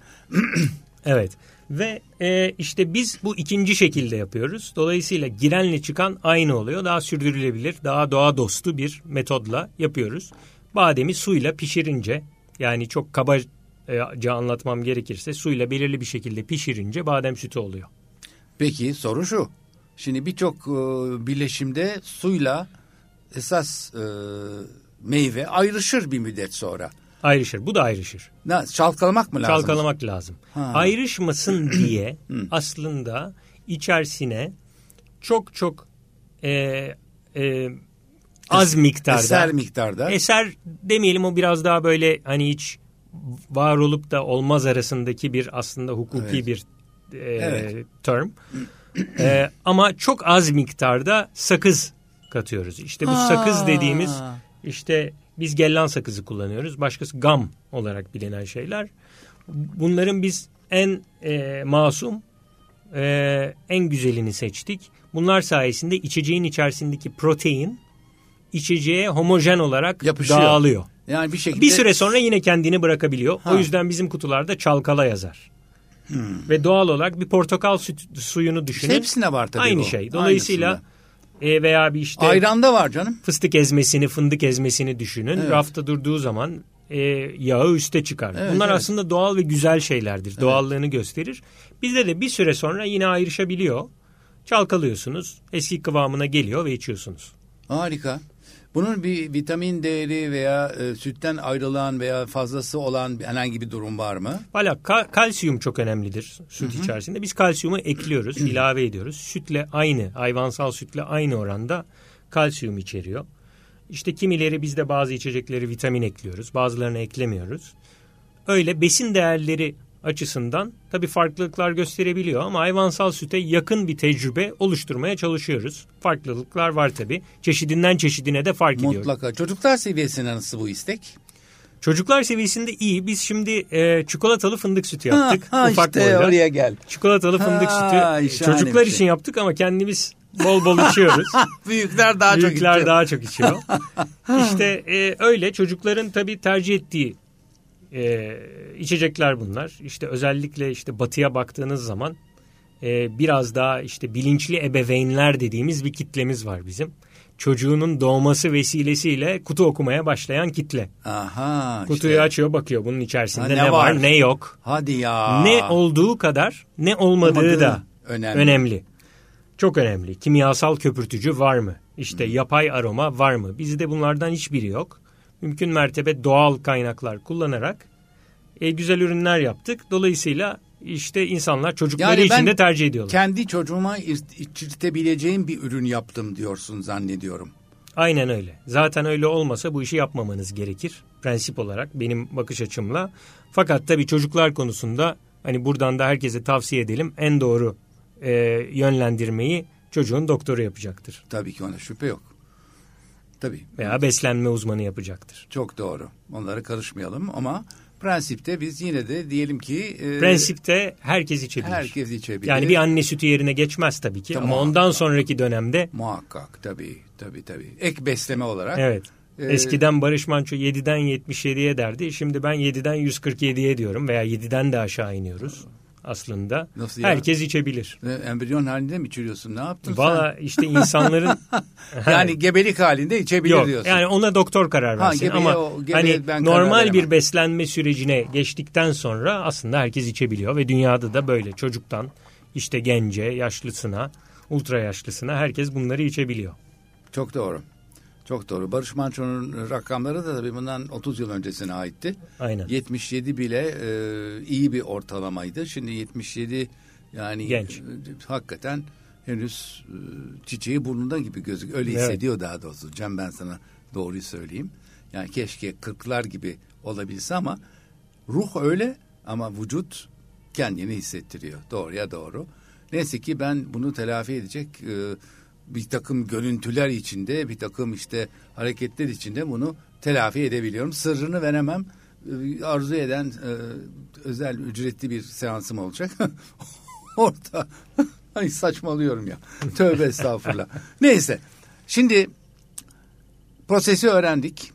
Evet ve e, işte biz bu ikinci şekilde yapıyoruz. Dolayısıyla girenle çıkan aynı oluyor. Daha sürdürülebilir, daha doğa dostu bir metodla yapıyoruz. Bademi suyla pişirince, yani çok kabaca anlatmam gerekirse, suyla belirli bir şekilde pişirince badem sütü oluyor. Peki soru şu. Şimdi birçok e, birleşimde suyla esas e, meyve ayrışır bir müddet sonra. Ayrışır. Bu da ayrışır. Ne, çalkalamak mı lazım? Çalkalamak lazım. Ha. Ayrışmasın diye aslında içerisine çok çok e, e, az miktarda. Eser miktarda. Eser demeyelim, o biraz daha böyle hani hiç var olup da olmaz arasındaki bir aslında hukuki evet. bir e, evet. term. e, ama çok az miktarda sakız katıyoruz. İşte bu ha. sakız dediğimiz, işte biz gellan sakızı kullanıyoruz. Başkası gam olarak bilinen şeyler. Bunların biz en e, masum, e, en güzelini seçtik. Bunlar sayesinde içeceğin içerisindeki protein içeceğe homojen olarak Yapışıyor. dağılıyor. Yani bir şekilde... Bir süre sonra yine kendini bırakabiliyor. Ha. O yüzden bizim kutularda çalkala yazar. Hmm. Ve doğal olarak bir portakal süt, suyunu düşünün. İşte hepsine var tabii Aynı o. şey. Dolayısıyla e, veya bir işte... Ayranda var canım. Fıstık ezmesini, fındık ezmesini düşünün. Evet. Rafta durduğu zaman e, yağı üste çıkar. Evet, Bunlar evet. aslında doğal ve güzel şeylerdir. Evet. Doğallığını gösterir. Bizde de bir süre sonra yine ayrışabiliyor. Çalkalıyorsunuz. Eski kıvamına geliyor ve içiyorsunuz. Harika. Bunun bir vitamin değeri veya e, sütten ayrılan veya fazlası olan herhangi bir durum var mı? Hala ka- kalsiyum çok önemlidir süt Hı-hı. içerisinde. Biz kalsiyumu ekliyoruz, ilave ediyoruz. Sütle aynı, hayvansal sütle aynı oranda kalsiyum içeriyor. İşte kimileri, biz de bazı içecekleri vitamin ekliyoruz, bazılarını eklemiyoruz. Öyle besin değerleri açısından tabii farklılıklar gösterebiliyor ama hayvansal süte yakın bir tecrübe oluşturmaya çalışıyoruz. Farklılıklar var tabii. Çeşidinden çeşidine de fark ediyor. Mutlaka. Çocuklar seviyesinde nasıl bu istek? Çocuklar seviyesinde iyi. Biz şimdi e, çikolatalı fındık sütü yaptık. Ha, ha, Ufak işte boyda. Oraya gel. Çikolatalı ha, fındık sütü. Çocuklar için şey. yaptık ama kendimiz bol bol içiyoruz. Büyükler daha Büyükler çok içiyor. Büyükler daha çok içiyor. İşte e, öyle çocukların tabii tercih ettiği Ee, içecekler bunlar. İşte özellikle işte batıya baktığınız zaman e, biraz daha işte bilinçli ebeveynler dediğimiz bir kitlemiz var bizim. Çocuğunun doğması vesilesiyle kutu okumaya başlayan kitle. Aha. Kutuyu işte. açıyor, bakıyor bunun içerisinde ha, ne, ne var? var ne yok. Hadi ya. Ne olduğu kadar ne olmadığı Olmadığı da önemli. önemli. Çok önemli. Kimyasal köpürtücü var mı? İşte hmm. yapay aroma var mı? Bizde bunlardan hiçbiri yok. Mümkün mertebe doğal kaynaklar kullanarak e, güzel ürünler yaptık. Dolayısıyla işte insanlar çocukları yani için de tercih ediyorlar. Kendi çocuğuma içirtebileceğim bir ürün yaptım diyorsun zannediyorum. Aynen öyle. Zaten öyle olmasa bu işi yapmamanız gerekir. Prensip olarak benim bakış açımla. Fakat tabii çocuklar konusunda hani buradan da herkese tavsiye edelim. En doğru e, yönlendirmeyi çocuğun doktoru yapacaktır. Tabii ki, ona şüphe yok. Tabii. Veya beslenme uzmanı yapacaktır. Çok doğru. Onlara karışmayalım ama prensipte biz yine de diyelim ki... E, prensipte herkes içebilir. Herkes içebilir. Yani bir anne sütü yerine geçmez tabii ki. Tamam. Ama ondan sonraki dönemde... Muhakkak tabii tabii tabii. Ek besleme olarak... Evet. E, Eskiden Barış Manço yediden yetmiş yediye derdi. Şimdi ben yediden yüz kırk yediye diyorum veya yediden de aşağı iniyoruz. Aslında Nasıl herkes ya? içebilir. E, embriyon halinde mi içiriyorsun? Ne yaptın Vallahi sen? işte insanların... yani gebelik halinde içebilir Yok, diyorsun. Yani ona doktor karar versin. Ha, gebeye, ama o, hani normal bir beslenme sürecine geçtikten sonra aslında herkes içebiliyor. Ve dünyada da böyle çocuktan işte gence, yaşlısına, ultra yaşlısına herkes bunları içebiliyor. Çok doğru. Çok doğru. Barış Manço'nun rakamları da tabii bundan otuz yıl öncesine aitti. Aynen. yetmiş yedi bile e, iyi bir ortalamaydı. Şimdi yetmiş yedi yani genç. E, hakikaten henüz e, çiçeği burnunda gibi gözüküyor. Öyle evet. hissediyor daha doğrusu. Cem, ben sana doğruyu söyleyeyim. Yani keşke kırklar gibi olabilse ama ruh öyle ama vücut kendini hissettiriyor. Doğruya doğru. Neyse ki ben bunu telafi edecek e, bir takım görüntüler içinde, bir takım işte hareketler içinde bunu telafi edebiliyorum. Sırrını veremem. E, arzu eden e, özel ücretli bir seansım olacak. Orada ay saçmalıyorum ya. Tövbe estağfurullah. Neyse. Şimdi prosesi öğrendik.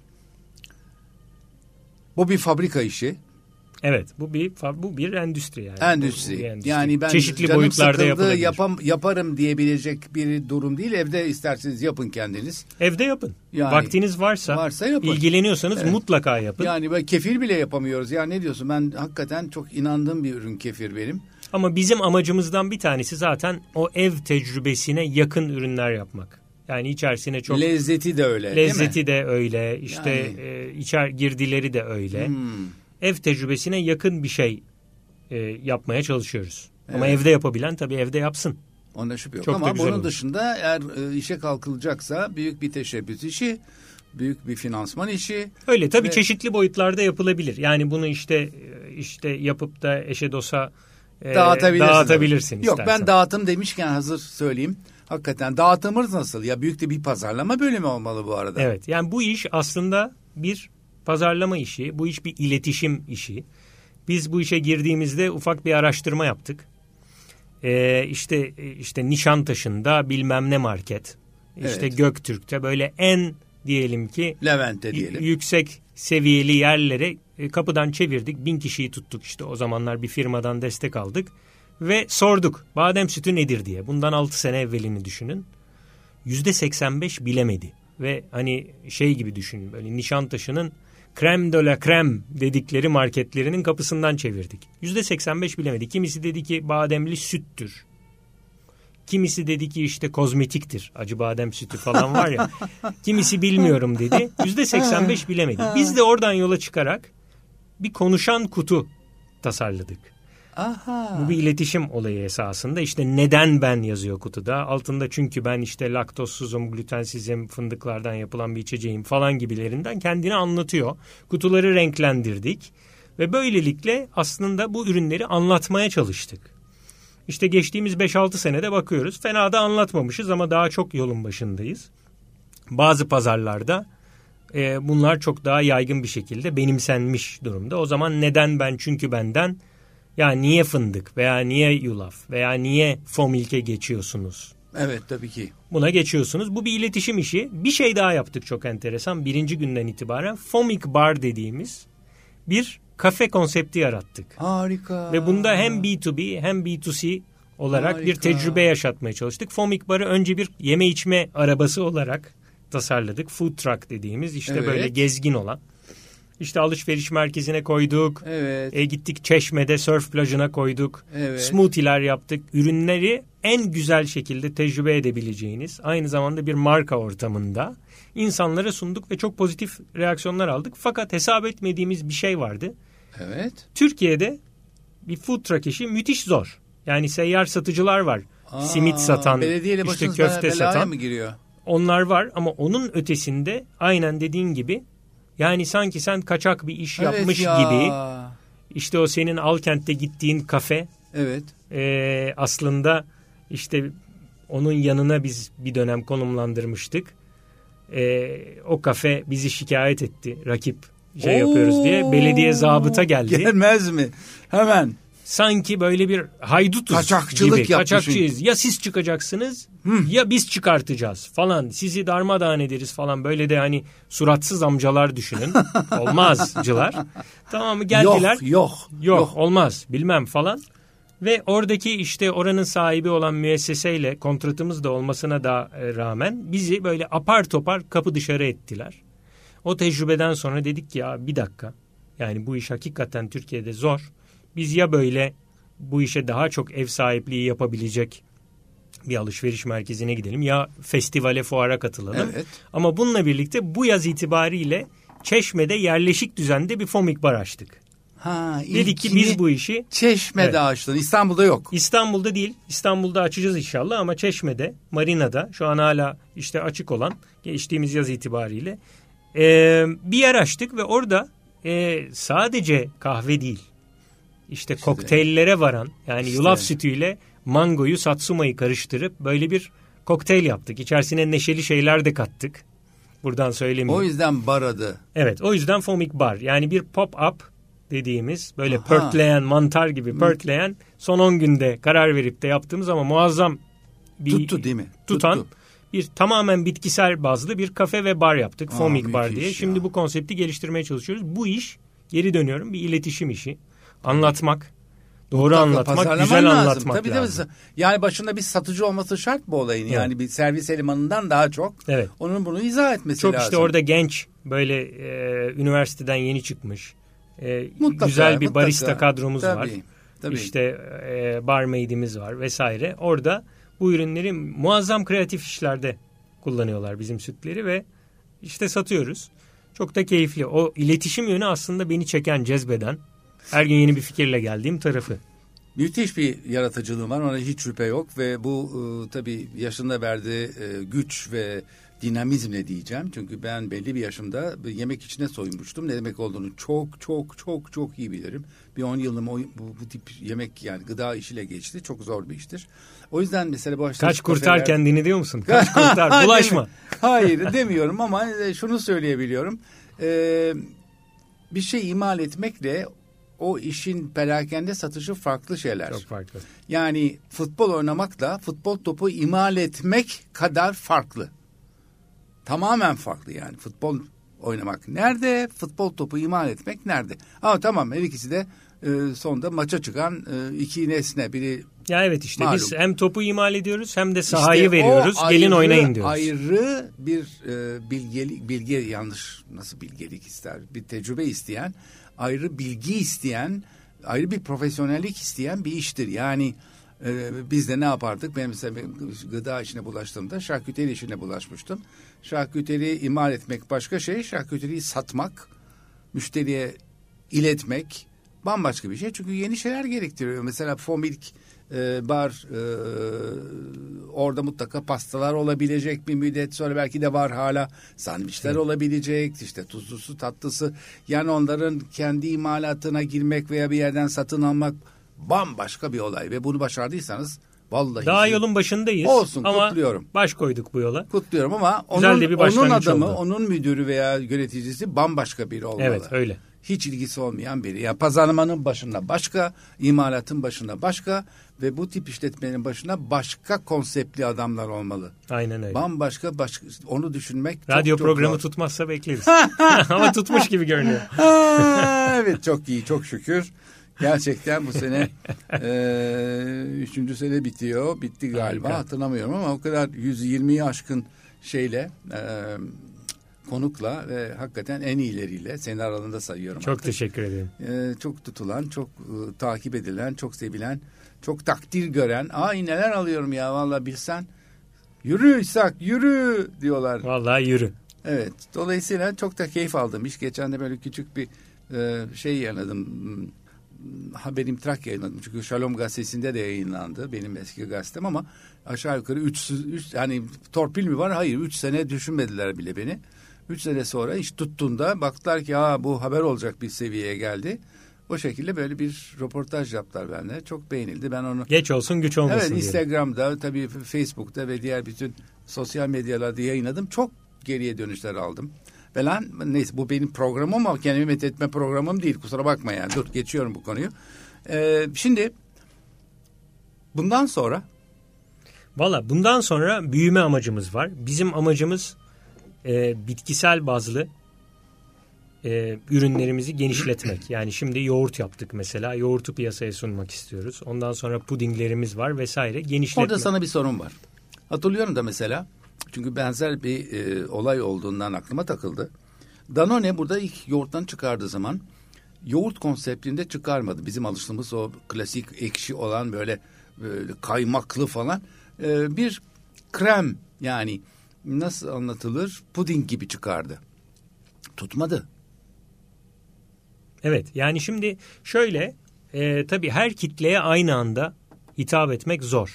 Bu bir fabrika işi. Evet, bu bir bu bir endüstri yani. Endüstri. Bu, bu bir endüstri. Yani ben çeşitli canım boyutlarda sıkıldı, yapılabilir. Yapam, yaparım diyebilecek bir durum değil. Evde isterseniz yapın kendiniz. Evde yapın. Yani, vaktiniz varsa, varsa yapın. ilgileniyorsanız evet. mutlaka yapın. Yani ben kefir bile yapamıyoruz. Ya ne diyorsun? Ben hakikaten çok inandığım bir ürün kefir benim. Ama bizim amacımızdan bir tanesi zaten o ev tecrübesine yakın ürünler yapmak. Yani içerisine çok... Lezzeti de öyle Lezzeti değil mi? de öyle. İşte yani. e, içer girdileri de öyle. Hmm. Ev tecrübesine yakın bir şey e, yapmaya çalışıyoruz. Evet. Ama evde yapabilen tabii evde yapsın. Onda şüphe yok. Çok ama bunun olur. Dışında eğer e, işe kalkılacaksa büyük bir teşebbüs işi, büyük bir finansman işi. Öyle tabii ve... çeşitli boyutlarda yapılabilir. Yani bunu işte işte yapıp da eşe dosa e, dağıtabilirsin. dağıtabilirsin Yok istersen. Ben dağıtım demişken hazır söyleyeyim. Hakikaten dağıtımız nasıl? Ya büyük de bir pazarlama bölümü olmalı bu arada. Evet yani bu iş aslında bir pazarlama işi. Bu iş bir iletişim işi. Biz bu işe girdiğimizde ufak bir araştırma yaptık. Ee, işte işte Nişantaşı'nda bilmem ne market. İşte evet. Göktürk'te böyle en diyelim ki Levent'te diyelim. Yüksek seviyeli yerlere kapıdan çevirdik. Bin kişiyi tuttuk işte o zamanlar bir firmadan destek aldık. Ve sorduk badem sütü nedir diye. Bundan altı sene evvelini düşünün. yüzde seksen beş bilemedi. Ve hani şey gibi düşünün böyle Nişantaşı'nın krem de la krem dedikleri marketlerinin kapısından çevirdik. yüzde seksen beş bilemedi. Kimisi dedi ki bademli süttür. Kimisi dedi ki işte kozmetiktir. Acı badem sütü falan var ya. Kimisi bilmiyorum dedi. yüzde seksen beş bilemedi. Biz de oradan yola çıkarak bir konuşan kutu tasarladık. Aha. Bu bir iletişim olayı esasında. İşte neden ben yazıyor kutuda. Altında çünkü ben işte laktozsuzum, glutensizim, fındıklardan yapılan bir içeceğim falan gibilerinden kendini anlatıyor. Kutuları renklendirdik ve böylelikle aslında bu ürünleri anlatmaya çalıştık. İşte geçtiğimiz beş altı senede bakıyoruz. Fena da anlatmamışız ama daha çok yolun başındayız. Bazı pazarlarda e, bunlar çok daha yaygın bir şekilde benimsenmiş durumda. O zaman neden ben çünkü benden ya niye fındık veya niye yulaf veya niye fomilke geçiyorsunuz? Evet tabii ki. Buna geçiyorsunuz. Bu bir iletişim işi. Bir şey daha yaptık çok enteresan. Birinci günden itibaren Fomik Bar dediğimiz bir kafe konsepti yarattık. Harika. Ve bunda hem B to B hem B to C olarak Harika. bir tecrübe yaşatmaya çalıştık. Fomik Bar'ı önce bir yeme içme arabası olarak tasarladık. Food truck dediğimiz işte evet. böyle gezgin olan. İşte alışveriş merkezine koyduk. Evet. E, gittik Çeşme'de surf plajına koyduk. Evet. Smoothie'ler yaptık. Ürünleri en güzel şekilde tecrübe edebileceğiniz, aynı zamanda bir marka ortamında insanlara sunduk ve çok pozitif reaksiyonlar aldık. Fakat hesap etmediğimiz bir şey vardı. Evet. Türkiye'de bir food truck işi müthiş zor. Yani seyyar satıcılar var. Aa, simit satan, işte köfte satan. Mı giriyor? Onlar var ama onun ötesinde aynen dediğin gibi yani sanki sen kaçak bir iş evet yapmış ya. gibi işte o senin Alkent'te gittiğin kafe evet. e, aslında işte onun yanına biz bir dönem konumlandırmıştık. E, o kafe bizi şikayet etti. Rakip şey Oo, yapıyoruz diye. Belediye zabıta geldi. Gelmez mi? Hemen. Sanki böyle bir haydutuz Kaçakçılık gibi. Kaçakçıyız. Ya siz çıkacaksınız Hı. ya biz çıkartacağız falan. Sizi darmadağın ederiz falan. Böyle de hani suratsız amcalar düşünün. Olmazcılar. Tamam mı? Geldiler. Yok, yok. Yok, yok olmaz bilmem falan. Ve oradaki işte oranın sahibi olan müesseseyle kontratımız da olmasına da rağmen bizi böyle apar topar kapı dışarı ettiler. O tecrübeden sonra dedik ki ya bir dakika. Yani bu iş hakikaten Türkiye'de zor. Biz ya böyle bu işe daha çok ev sahipliği yapabilecek bir alışveriş merkezine gidelim ya festivale, fuara katılalım. Evet. Ama bununla birlikte bu yaz itibariyle Çeşme'de yerleşik düzende bir Fomik Bar açtık. Ha, dedik ki biz bu işi Çeşme'de evet. açtın. İstanbul'da yok. İstanbul'da değil. İstanbul'da açacağız inşallah ama Çeşme'de, Marina'da şu an hala işte açık olan geçtiğimiz yaz itibariyle e, bir yer açtık ve orada e, sadece kahve değil. işte, işte kokteyllere varan, yani işte. yulaf sütüyle mangoyu, satsuma'yı karıştırıp böyle bir kokteyl yaptık. İçerisine neşeli şeyler de kattık. Buradan söyleyeyim. O yüzden bar adı. Evet, o yüzden Foaming Bar. Yani bir pop-up dediğimiz, böyle Aha. pörtleyen, mantar gibi pörtleyen, son on günde karar verip de yaptığımız ama muazzam bir tuttu değil mi? Tutan Tuttu. bir tamamen bitkisel bazlı bir kafe ve bar yaptık. Aa, Foaming Bar diye. ya. Şimdi bu konsepti geliştirmeye çalışıyoruz. Bu iş, geri dönüyorum, bir iletişim işi. Anlatmak, doğru Mutlaka anlatmak, pazarlaman güzel lazım. anlatmak Tabii, lazım. Tabii. Yani başında bir satıcı olması şart bu olayın. Evet. Yani bir servis elemanından daha çok. Evet. Onun bunu izah etmesi Çok lazım. işte orada genç, böyle e, üniversiteden yeni çıkmış, e, Mutlaka, güzel bir mutlaka. barista kadromuz Tabii, var. tabii. İşte e, barmaid'imiz var vesaire. Orada bu ürünleri muazzam kreatif işlerde kullanıyorlar, bizim sütleri, ve işte satıyoruz. Çok da keyifli. O iletişim yönü aslında beni çeken, cezbeden, her gün yeni bir fikirle geldiğim tarafı. Müthiş bir yaratıcılığı var, ona hiç şüphe yok ve bu e, tabii yaşında verdiği e, güç ve dinamizmle diyeceğim. Çünkü ben belli bir yaşımda bir yemek içine soyunmuştum. Ne demek olduğunu çok çok çok çok iyi bilirim. Bir on yılım o, bu, bu tip yemek, yani gıda işiyle geçti. Çok zor bir iştir. O yüzden mesela bu Kaç kurtar kafeler... kendini diyor musun? Kaç kurtar, bulaşma. Hayır demiyorum ama şunu söyleyebiliyorum. Ee, bir şey imal etmekle o işin perakende satışı farklı şeyler. Çok farklı. Yani futbol oynamakla futbol topu imal etmek kadar farklı. Tamamen farklı yani. Futbol oynamak nerede? Futbol topu imal etmek nerede? Ama tamam, her ikisi de e, sonunda maça çıkan e, iki nesne. Biri ya evet işte malum. Biz hem topu imal ediyoruz hem de sahayı işte veriyoruz. Ayrı, gelin oynayın diyoruz. Ayrı bir e, bilgelik, bilge yanlış nasıl bilgelik ister? Bir tecrübe isteyen, ayrı bilgi isteyen, ayrı bir profesyonellik isteyen bir iştir. Yani e, biz de ne yapardık? Ben mesela gıda işine bulaştığımda şarküteri işine bulaşmıştım. Şarküteri imal etmek başka şey, şarküteriyi satmak, müşteriye iletmek bambaşka bir şey. Çünkü yeni şeyler gerektiriyor. Mesela Foaming e, Bar e, orada mutlaka pastalar olabilecek bir müddet sonra, belki de var hala sandviçler evet. olabilecek, işte tuzlusu tatlısı, yani onların kendi imalatına girmek veya bir yerden satın almak bambaşka bir olay ve bunu başardıysanız vallahi daha yolun başındayız. Olsun, ama kutluyorum. Baş koyduk bu yola. Kutluyorum ama onun, onun adamı, oldu. onun müdürü veya yöneticisi bambaşka biri olmalı. Evet, öyle. Hiç ilgisi olmayan biri. Ya pazarlamanın başında başka, imalatın başında başka ve bu tip işletmenin başına başka konseptli adamlar olmalı. Aynen öyle. Bambaşka, başka, onu düşünmek radyo çok, programı çok tutmazsa bekleriz. Ama tutmuş gibi görünüyor. Evet, çok iyi, çok şükür. Gerçekten bu sene e, üçüncü sene bitiyor. Bitti galiba, harika. Hatırlamıyorum ama o kadar yüz yirmiyi aşkın şeyle e, konukla ve hakikaten en iyileriyle senin aralığında sayıyorum. Çok artık. teşekkür ederim. E, çok tutulan, çok e, takip edilen, çok sevilen, çok takdir gören. Ay neler alıyorum ya vallahi bilsen. Yürü İshak, yürü diyorlar. Vallahi yürü. Evet. Dolayısıyla çok da keyif aldım. İş geçen de böyle küçük bir e, şey yayınladım. Haberim Trak yayınladım. Çünkü Şalom gazetesinde de yayınlandı. Benim eski gazetem ama aşağı yukarı üç, üç yani torpil mi var? Hayır. Üç sene düşünmediler bile beni. Üç sene sonra iş tuttuğunda baktılar ki ha bu haber olacak bir seviyeye geldi. O şekilde böyle bir röportaj yaptılar benimle. Çok beğenildi. Ben onu geç olsun güç olmasın evet, diye. Instagram'da tabii Facebook'ta ve diğer bütün sosyal medyalarda yayınladım. Çok geriye dönüşler aldım. Ve lan neyse bu benim programım ama kendimi methetme programım değil. Kusura bakma yani. Dur geçiyorum bu konuyu. Ee, şimdi bundan sonra valla bundan sonra büyüme amacımız var. Bizim amacımız e, bitkisel bazlı e, ürünlerimizi genişletmek. Yani şimdi yoğurt yaptık mesela. Yoğurtu piyasaya sunmak istiyoruz. Ondan sonra pudinglerimiz var vesaire. Genişletmek. Orada sana bir sorun var. Hatırlıyorum da mesela, çünkü benzer bir e, olay olduğundan aklıma takıldı. Danone burada ilk yoğurttan çıkardığı zaman yoğurt konseptinde çıkarmadı. Bizim alıştığımız o klasik ekşi olan böyle, böyle kaymaklı falan e, bir krem, yani nasıl anlatılır, puding gibi çıkardı. Tutmadı. Evet, yani şimdi şöyle e, tabii her kitleye aynı anda hitap etmek zor.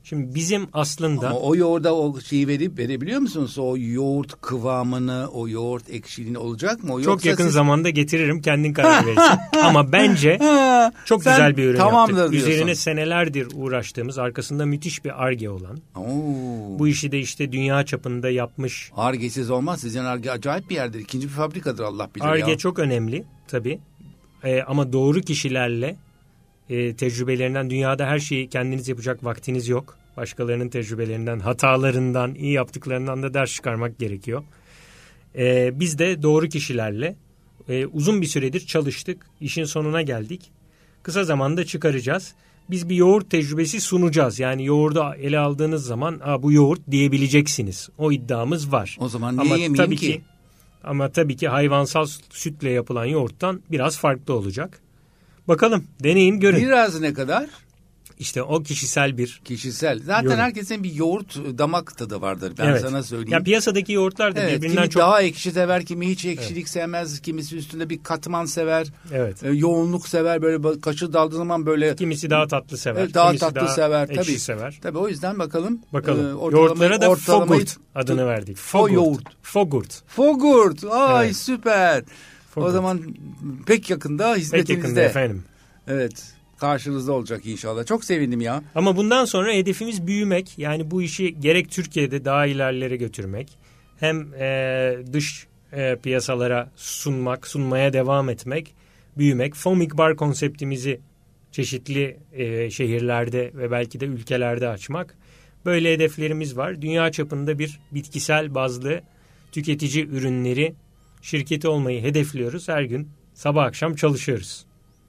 Şimdi bizim aslında... Ama o yoğurda o şeyi verip verebiliyor musunuz? O yoğurt kıvamını, o yoğurt ekşiliğini olacak mı? O çok yakın siz... zamanda getiririm, kendin karar verirsin. Ama bence çok Sen güzel bir ürün yaptık. diyorsun. Üzerine senelerdir uğraştığımız, arkasında müthiş bir Ar-Ge olan. Oo. Bu işi de işte dünya çapında yapmış. Ar-Ge'siz olmaz. Sizin Ar-Ge acayip bir yerdir. İkinci bir fabrikadır Allah bilir Ar-Ge ya. çok önemli tabii. Ee, ama doğru kişilerle e, tecrübelerinden, dünyada her şeyi kendiniz yapacak vaktiniz yok. Başkalarının tecrübelerinden, hatalarından, iyi yaptıklarından da ders çıkarmak gerekiyor. Ee, biz de doğru kişilerle e, uzun bir süredir çalıştık. İşin sonuna geldik. Kısa zamanda çıkaracağız. Biz bir yoğurt tecrübesi sunacağız. Yani yoğurdu ele aldığınız zaman Aa, bu yoğurt diyebileceksiniz. O iddiamız var. O zaman niye ama yemeyeyim tabii ki? ki? Ama tabii ki hayvansal sütle yapılan yoğurttan biraz farklı olacak. Bakalım, deneyin, görün. Biraz ne kadar? İşte o kişisel bir Kişisel. Zaten yorum. Herkesin bir yoğurt damak tadı vardır. Ben evet. sana söyleyeyim. Ya piyasadaki yoğurtlar da evet, birbirinden kimi çok... daha ekşi sever, kimi hiç ekşilik evet. sevmez, kimisi üstünde bir katman sever. Evet. E, yoğunluk sever, böyle kaşığı daldığı zaman böyle. Kimisi daha tatlı sever. E, daha kimisi tatlı daha sever ekşi tabii. sever. Tabii o yüzden bakalım. Bakalım. E, Yoğurtlara da Fogurt adını verdik. Fo yoğurt. Fogurt. Fogurt. Ay evet. Süper. Fogurt. O zaman pek yakında hizmetinizde. Pek yakında efendim. Evet. Karşınızda olacak inşallah. Çok sevindim ya. Ama bundan sonra hedefimiz büyümek. Yani bu işi gerek Türkiye'de daha ilerlere götürmek. Hem e, dış e, piyasalara sunmak, sunmaya devam etmek, büyümek. Foaming Bar konseptimizi çeşitli e, şehirlerde ve belki de ülkelerde açmak. Böyle hedeflerimiz var. Dünya çapında bir bitkisel bazlı tüketici ürünleri şirketi olmayı hedefliyoruz. Her gün sabah akşam çalışıyoruz.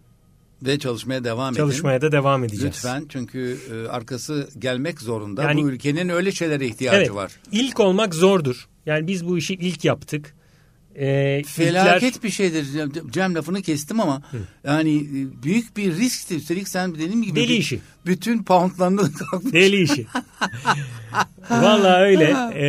Ve çalışmaya devam edin. Çalışmaya da devam edeceğiz. Lütfen, çünkü e, arkası gelmek zorunda. Yani, bu ülkenin öyle şeylere ihtiyacı evet, var. İlk olmak zordur. Yani biz bu işi ilk yaptık. Ee, Felaket ilkler... bir şeydir. Cem, lafını kestim ama Hı. yani büyük bir riskti. Üstelik sen dediğim gibi deli işi. Bütün poundlarını kalkmış. Deli işi. Vallahi öyle.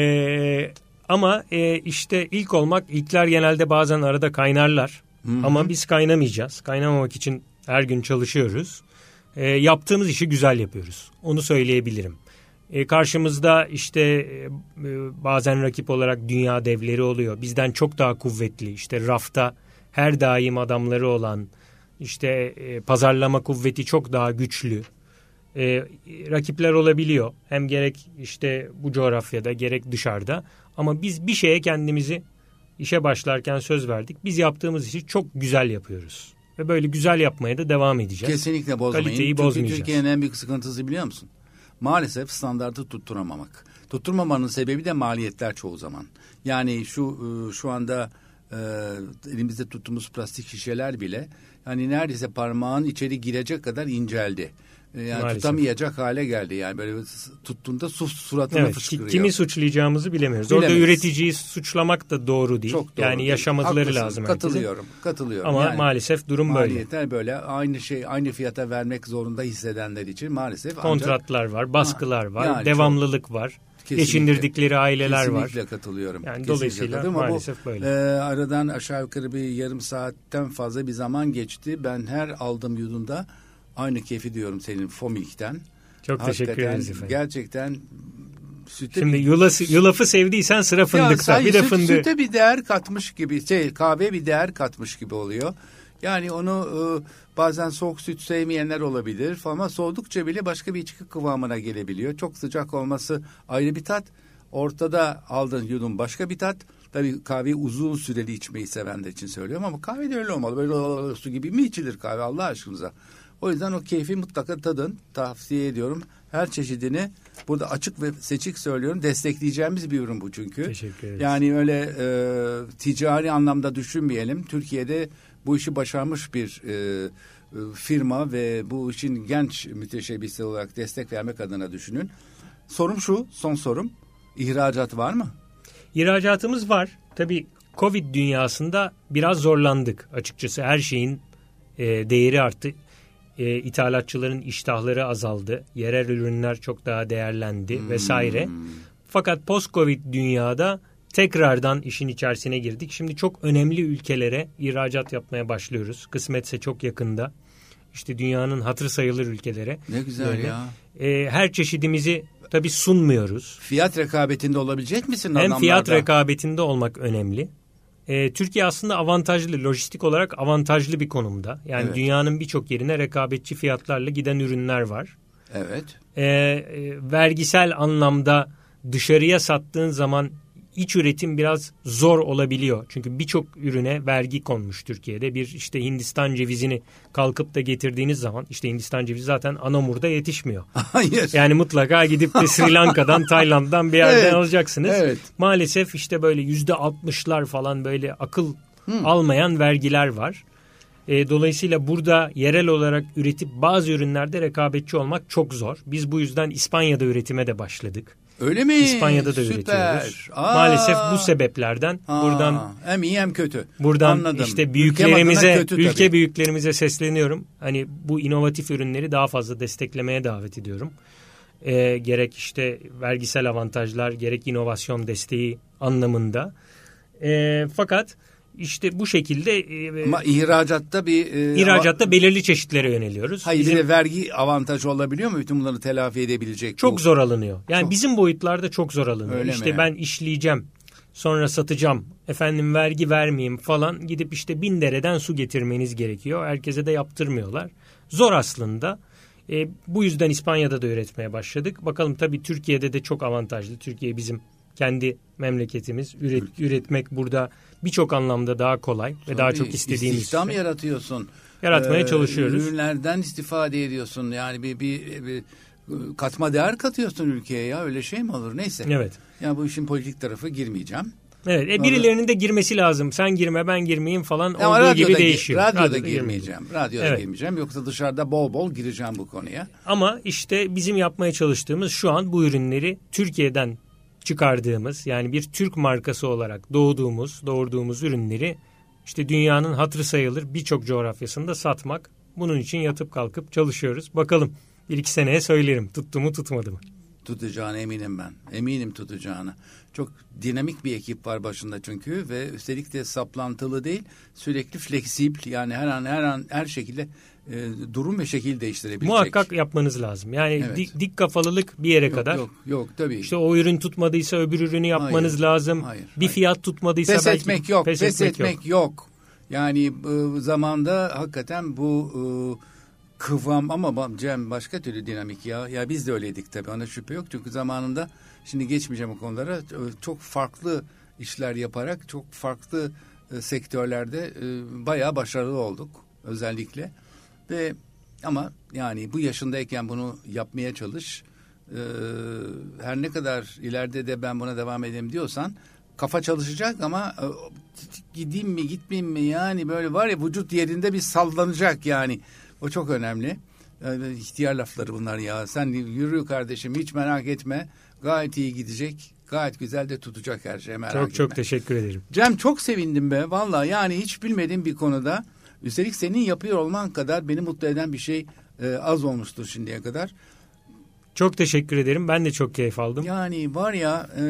Ee, ama e, işte ilk olmak, ilkler genelde bazen arada kaynarlar. Hı-hı. Ama biz kaynamayacağız. Kaynamamak için her gün çalışıyoruz. E, yaptığımız işi güzel yapıyoruz. Onu söyleyebilirim. E, karşımızda işte e, bazen rakip olarak dünya devleri oluyor. Bizden çok daha kuvvetli. İşte rafta her daim adamları olan, işte e, pazarlama kuvveti çok daha güçlü e, rakipler olabiliyor. Hem gerek işte bu coğrafyada gerek dışarıda. Ama biz bir şeye kendimizi işe başlarken söz verdik. Biz yaptığımız işi çok güzel yapıyoruz. Ve böyle güzel yapmaya da devam edeceğiz. Kesinlikle bozmayın. Kaliteyi Çünkü bozmayacağız. Türkiye'nin en büyük sıkıntısı biliyor musun? Maalesef standartı tutturamamak. Tutturmamanın sebebi de maliyetler çoğu zaman. Yani şu şu anda e, elimizde tuttuğumuz plastik şişeler bile yani neredeyse parmağın içeri girecek kadar inceldi. Yani maalesef tutamayacak hale geldi. Yani böyle tuttuğunda su suratına evet, fışkırıyor. Kimi suçlayacağımızı bilemiyoruz. Bilemeyiz. Orada üreticiyi suçlamak da doğru değil. Çok doğru yani değil. Yaşamaları Haklısın, lazım. Katılıyorum. Herkesin. Katılıyorum. Ama yani maalesef durum böyle. Maliyetler böyle. Aynı şey aynı fiyata vermek zorunda hissedenler için maalesef. Kontratlar ancak, var, baskılar var, yani devamlılık çok, var. Kesinlikle, geçindirdikleri aileler kesinlikle var. Kesinlikle katılıyorum. Yani kesinlikle dolayısıyla katılıyorum. maalesef bu, böyle. E, aradan aşağı yukarı bir yarım saatten fazla bir zaman geçti. Ben her aldığım yudumda aynı keyfi diyorum senin Fomilk'ten. Çok hakikaten, teşekkür ederiz efendim. Gerçekten süte şimdi yulası, yulafı sevdiysen sıra fındıkta. Ya, bir de süt, fındığı. Süte bir değer katmış gibi, şey, kahve bir değer katmış gibi oluyor. Yani onu e, bazen soğuk süt sevmeyenler olabilir ama soğudukça bile başka bir içki kıvamına gelebiliyor. Çok sıcak olması ayrı bir tat. Ortada aldığın yudum başka bir tat. Tabii kahveyi uzun süreli içmeyi sevenler için söylüyorum ama kahve de öyle olmalı. Böyle su gibi mi içilir kahve Allah aşkınıza? O yüzden o keyfi mutlaka tadın. Tavsiye ediyorum. Her çeşidini burada açık ve seçik söylüyorum. Destekleyeceğimiz bir ürün bu çünkü. Teşekkür ederiz. Yani öyle e, ticari anlamda düşünmeyelim. Türkiye'de bu işi başarmış bir e, e, firma ve bu işin genç müteşebbisi olarak destek vermek adına düşünün. Sorum şu, son sorum. İhracat var mı? İhracatımız var. Tabii Covid dünyasında biraz zorlandık açıkçası. Her şeyin e, değeri arttı. E, ithalatçıların iştahları azaldı. Yerel ürünler çok daha değerlendi hmm. vesaire. Fakat post-Covid dünyada tekrardan işin içerisine girdik. Şimdi çok önemli ülkelere ihracat yapmaya başlıyoruz. Kısmetse çok yakında. İşte dünyanın hatırı sayılır ülkelere. Ne güzel böyle. Ya. E, her çeşidimizi tabii sunmuyoruz. Fiyat rekabetinde olabilecek misin? Hem adamlarda? Fiyat rekabetinde olmak önemli. E, Türkiye aslında avantajlı, lojistik olarak avantajlı bir konumda. Yani evet. Dünyanın birçok yerine rekabetçi fiyatlarla giden ürünler var. Evet. E, e, vergisel anlamda dışarıya sattığın zaman iç üretim biraz zor olabiliyor. Çünkü birçok ürüne vergi konmuş Türkiye'de. Bir işte Hindistan cevizini kalkıp da getirdiğiniz zaman, işte Hindistan cevizi zaten Anamur'da yetişmiyor. Hayır. Yani mutlaka gidip de Sri Lanka'dan, Tayland'dan bir yerden evet. alacaksınız. Evet. Maalesef işte böyle yüzde altmışlar falan böyle akıl hmm. almayan vergiler var. E, dolayısıyla burada yerel olarak üretip bazı ürünlerde rekabetçi olmak çok zor. Biz bu yüzden İspanya'da üretime de başladık. Öyle mi? İspanya'da da Süper. üretiyoruz. Aa. Maalesef bu sebeplerden Aa. buradan hem iyi hem kötü. Buradan Anladım. işte büyüklerimize, kötü, ülke tabii. büyüklerimize sesleniyorum. Hani bu inovatif ürünleri daha fazla desteklemeye davet ediyorum. Ee, gerek işte vergisel avantajlar, gerek inovasyon desteği anlamında. Ee, fakat İşte bu şekilde. E, Ama ihracatta bir... E, ihracatta av- belirli çeşitlere yöneliyoruz. Hayır, bizim, vergi avantajı olabiliyor mu? Bütün bunları telafi edebilecek. Çok bu. zor alınıyor. Yani çok, bizim boyutlarda çok zor alınıyor. Öyle işte mi? Ben işleyeceğim, sonra satacağım, efendim vergi vermeyeyim falan, gidip işte bin dereden su getirmeniz gerekiyor. Herkese de yaptırmıyorlar. Zor aslında. E, bu yüzden İspanya'da da üretmeye başladık. Bakalım, tabii Türkiye'de de çok avantajlı. Türkiye bizim kendi memleketimiz. Üret, üretmek burada birçok anlamda daha kolay ve tabii, daha çok istediğimiz. İstihdam şey. yaratıyorsun. Yaratmaya ee, çalışıyoruz. Ürünlerden istifade ediyorsun. Yani bir, bir, bir katma değer katıyorsun ülkeye ya. Öyle şey mi olur? Neyse. Evet. Yani bu işin politik tarafı girmeyeceğim. Evet. E, birilerinin de girmesi lazım. Sen girme, ben girmeyeyim falan ya olduğu gibi değişiyor. Radyoda, radyoda girmeyeceğim. Radyoda evet. girmeyeceğim. Yoksa dışarıda bol bol gireceğim bu konuya. Ama işte bizim yapmaya çalıştığımız şu an bu ürünleri Türkiye'den çıkardığımız, yani bir Türk markası olarak doğduğumuz, doğurduğumuz ürünleri işte dünyanın hatırı sayılır birçok coğrafyasında satmak. Bunun için yatıp kalkıp çalışıyoruz. Bakalım bir iki seneye söylerim. Tuttu mu tutmadı mı? Tutacağına eminim ben. Eminim tutacağına. Çok dinamik bir ekip var başında çünkü ve üstelik de saplantılı değil, sürekli fleksibel, yani her an her an her şekilde e, durum ve şekil değiştirebilecek. Muhakkak yapmanız lazım. Yani evet. dik, dik kafalılık bir yere yok, kadar. Yok yok tabii. İşte o ürün tutmadıysa öbür ürünü yapmanız hayır, lazım. Hayır, bir hayır. fiyat tutmadıysa pes belki etmek yok. Pes, pes etmek, etmek yok. yok. Yani bu zamanda hakikaten bu e, kıvam, ama Cem başka türlü dinamik ya. Ya biz de öyleydik tabii, ona şüphe yok. Çünkü zamanında, şimdi geçmeyeceğim o konulara, çok farklı işler yaparak çok farklı e, sektörlerde e, bayağı başarılı olduk özellikle. Ve ama yani bu yaşındayken bunu yapmaya çalış. E, her ne kadar ileride de ben buna devam edeyim diyorsan, kafa çalışacak ama e, gideyim mi gitmeyeyim mi, yani böyle var ya, vücut yerinde bir sallanacak yani. O çok önemli. Yani ihtiyar lafları bunlar ya. Sen yürü kardeşim, hiç merak etme. Gayet iyi gidecek. Gayet güzel de tutacak her şey, merak çok, etme. Çok çok teşekkür ederim. Cem, çok sevindim be. Vallahi yani hiç bilmediğim bir konuda, üstelik senin yapıyor olman kadar beni mutlu eden bir şey e, az olmuştur şimdiye kadar. Çok teşekkür ederim. Ben de çok keyif aldım. Yani var ya... E,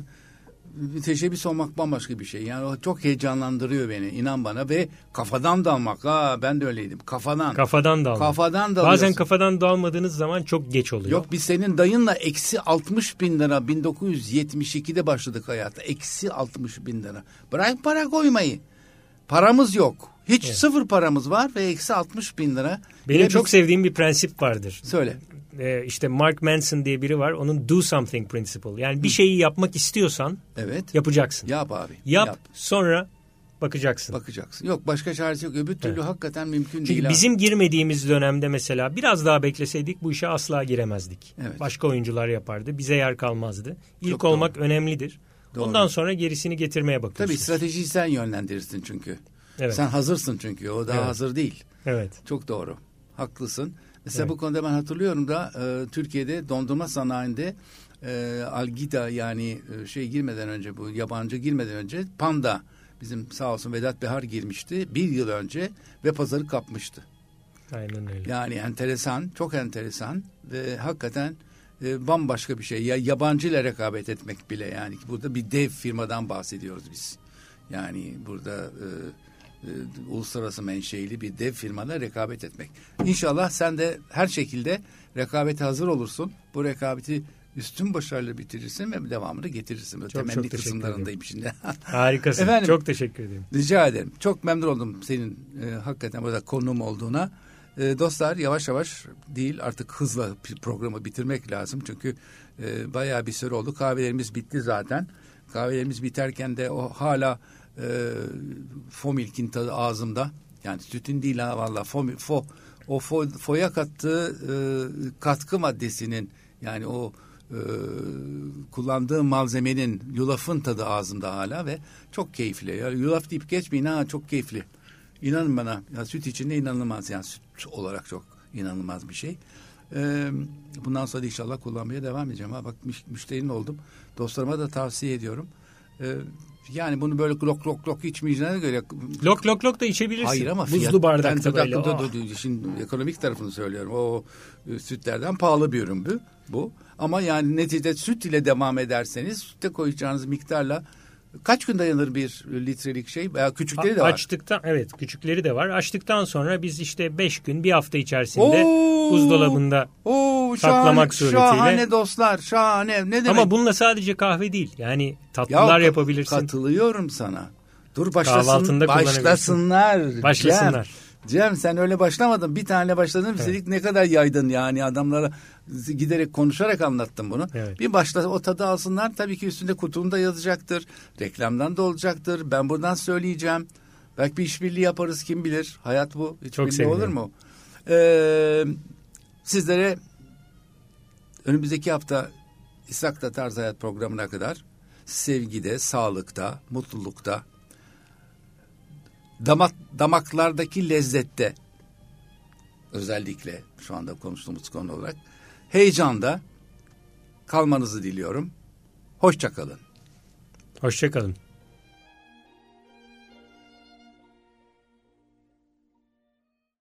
teşebbüs olmak bambaşka bir şey. Yani o çok heyecanlandırıyor beni, inan bana, ve kafadan dalmak. Ha, ben de öyleydim. Kafadan. Kafadan dalmak. Kafadan dalıyorsun. Bazen kafadan dalmadığınız zaman çok geç oluyor. Yok, biz senin dayınla eksi altmış bin lira bin dokuz yüz yetmiş ikide başladık hayata. Eksi altmış bin lira. Bırak para koymayı. Paramız yok. Hiç evet. sıfır paramız var ve eksi altmış bin lira. Benim Yine çok biz... sevdiğim bir prensip vardır. Söyle. Ee, işte Mark Manson diye biri var. Onun do something principle. Yani bir şeyi yapmak istiyorsan evet. yapacaksın. Yap abi. Yap, yap. Sonra bakacaksın. Bakacaksın. Yok, başka çaresi yok. Öbür türlü evet. hakikaten mümkün Çünkü değil. Çünkü bizim girmediğimiz dönemde mesela biraz daha bekleseydik bu işe asla giremezdik. Evet. Başka oyuncular yapardı. Bize yer kalmazdı. İlk Çok olmak doğru. önemlidir. Doğru. Ondan sonra gerisini getirmeye bakıyorsun. Tabii stratejiyi sen yönlendirirsin çünkü. Evet. Sen hazırsın çünkü. O daha evet. hazır değil. Evet. Çok doğru. Haklısın. Mesela evet. bu konuda ben hatırlıyorum da e, Türkiye'de dondurma sanayinde e, Algida, yani e, şey girmeden önce, bu yabancı girmeden önce Panda, bizim sağ olsun Vedat Behar girmişti bir yıl önce ve pazarı kapmıştı. Aynen öyle. Yani enteresan, çok enteresan ve hakikaten e, bambaşka bir şey. Ya, yabancı ile rekabet etmek bile, yani burada bir dev firmadan bahsediyoruz biz. Yani burada e, e, uluslararası menşeili bir dev firmada rekabet etmek. İnşallah sen de her şekilde rekabete hazır olursun. Bu rekabeti üstün başarılı bitirirsin ve devamını getirirsin. Böyle çok, temenni çok kısımlarındayım şimdi. Harikasın. Efendim, çok teşekkür ederim. Rica ederim. Çok memnun oldum senin e, hakikaten burada konuğum olduğuna. E, dostlar yavaş yavaş değil artık hızla programı bitirmek lazım. Çünkü e, bayağı bir süre oldu. Kahvelerimiz bitti zaten. Kahvelerimiz biterken de o hala e, fo milkin tadı ağzımda. Yani sütün değil ha valla fo, fo, o fo, foya kattığı e, katkı maddesinin yani o e, kullandığı malzemenin yulafın tadı ağzımda hala ve çok keyifli. Yani yulaf deyip geçmeyin ha çok keyifli. İnanın bana ya süt içinde inanılmaz yani süt olarak çok inanılmaz bir şey. Ee, bundan sonra inşallah kullanmaya devam edeceğim. Ha bak müş, müşterinin oldum. Dostlarıma da tavsiye ediyorum. Ee, yani bunu böyle lok lok lok içmeyeceğine göre. Lok lok lok da içebilirsin. Hayır ama buzlu fiyat, bardakta ben, böyle. Oh. Dur, dur, dur, şimdi ekonomik tarafını söylüyorum. O e, sütlerden pahalı bir ürün bu. bu. Ama yani neticede süt ile devam ederseniz sütte koyacağınız miktarla kaç gün dayanır bir litrelik şey veya küçükleri de var. Açtıktan evet küçükleri de var. Açtıktan sonra biz işte beş gün bir hafta içerisinde Oo, buzdolabında oo, saklamak şahane, suretiyle. Şahane dostlar şahane ne demek. Ama bununla sadece kahve değil yani tatlılar ya, yapabilirsin. Katılıyorum sana. Dur başlasın, başlasınlar. Başlasınlar. Cem, Cem sen öyle başlamadın. Bir tane başladın. Evet. Ne kadar yaydın yani adamlara giderek konuşarak anlattım bunu. Evet. Bir başla o tadı alsınlar. Tabii ki üstünde kutuğunda yazacaktır. Reklamdan da olacaktır. Ben buradan söyleyeceğim. Belki bir işbirliği yaparız kim bilir. Hayat bu. İşbirliği olur mu? Ee, sizlere önümüzdeki hafta İshak'ta Tarz Hayat programına kadar sevgide, sağlıkta, mutlulukta, damak damaklardaki lezzette özellikle şu anda konuştuğumuz konu olarak heyecanda kalmanızı diliyorum. Hoşça kalın. Hoşça kalın.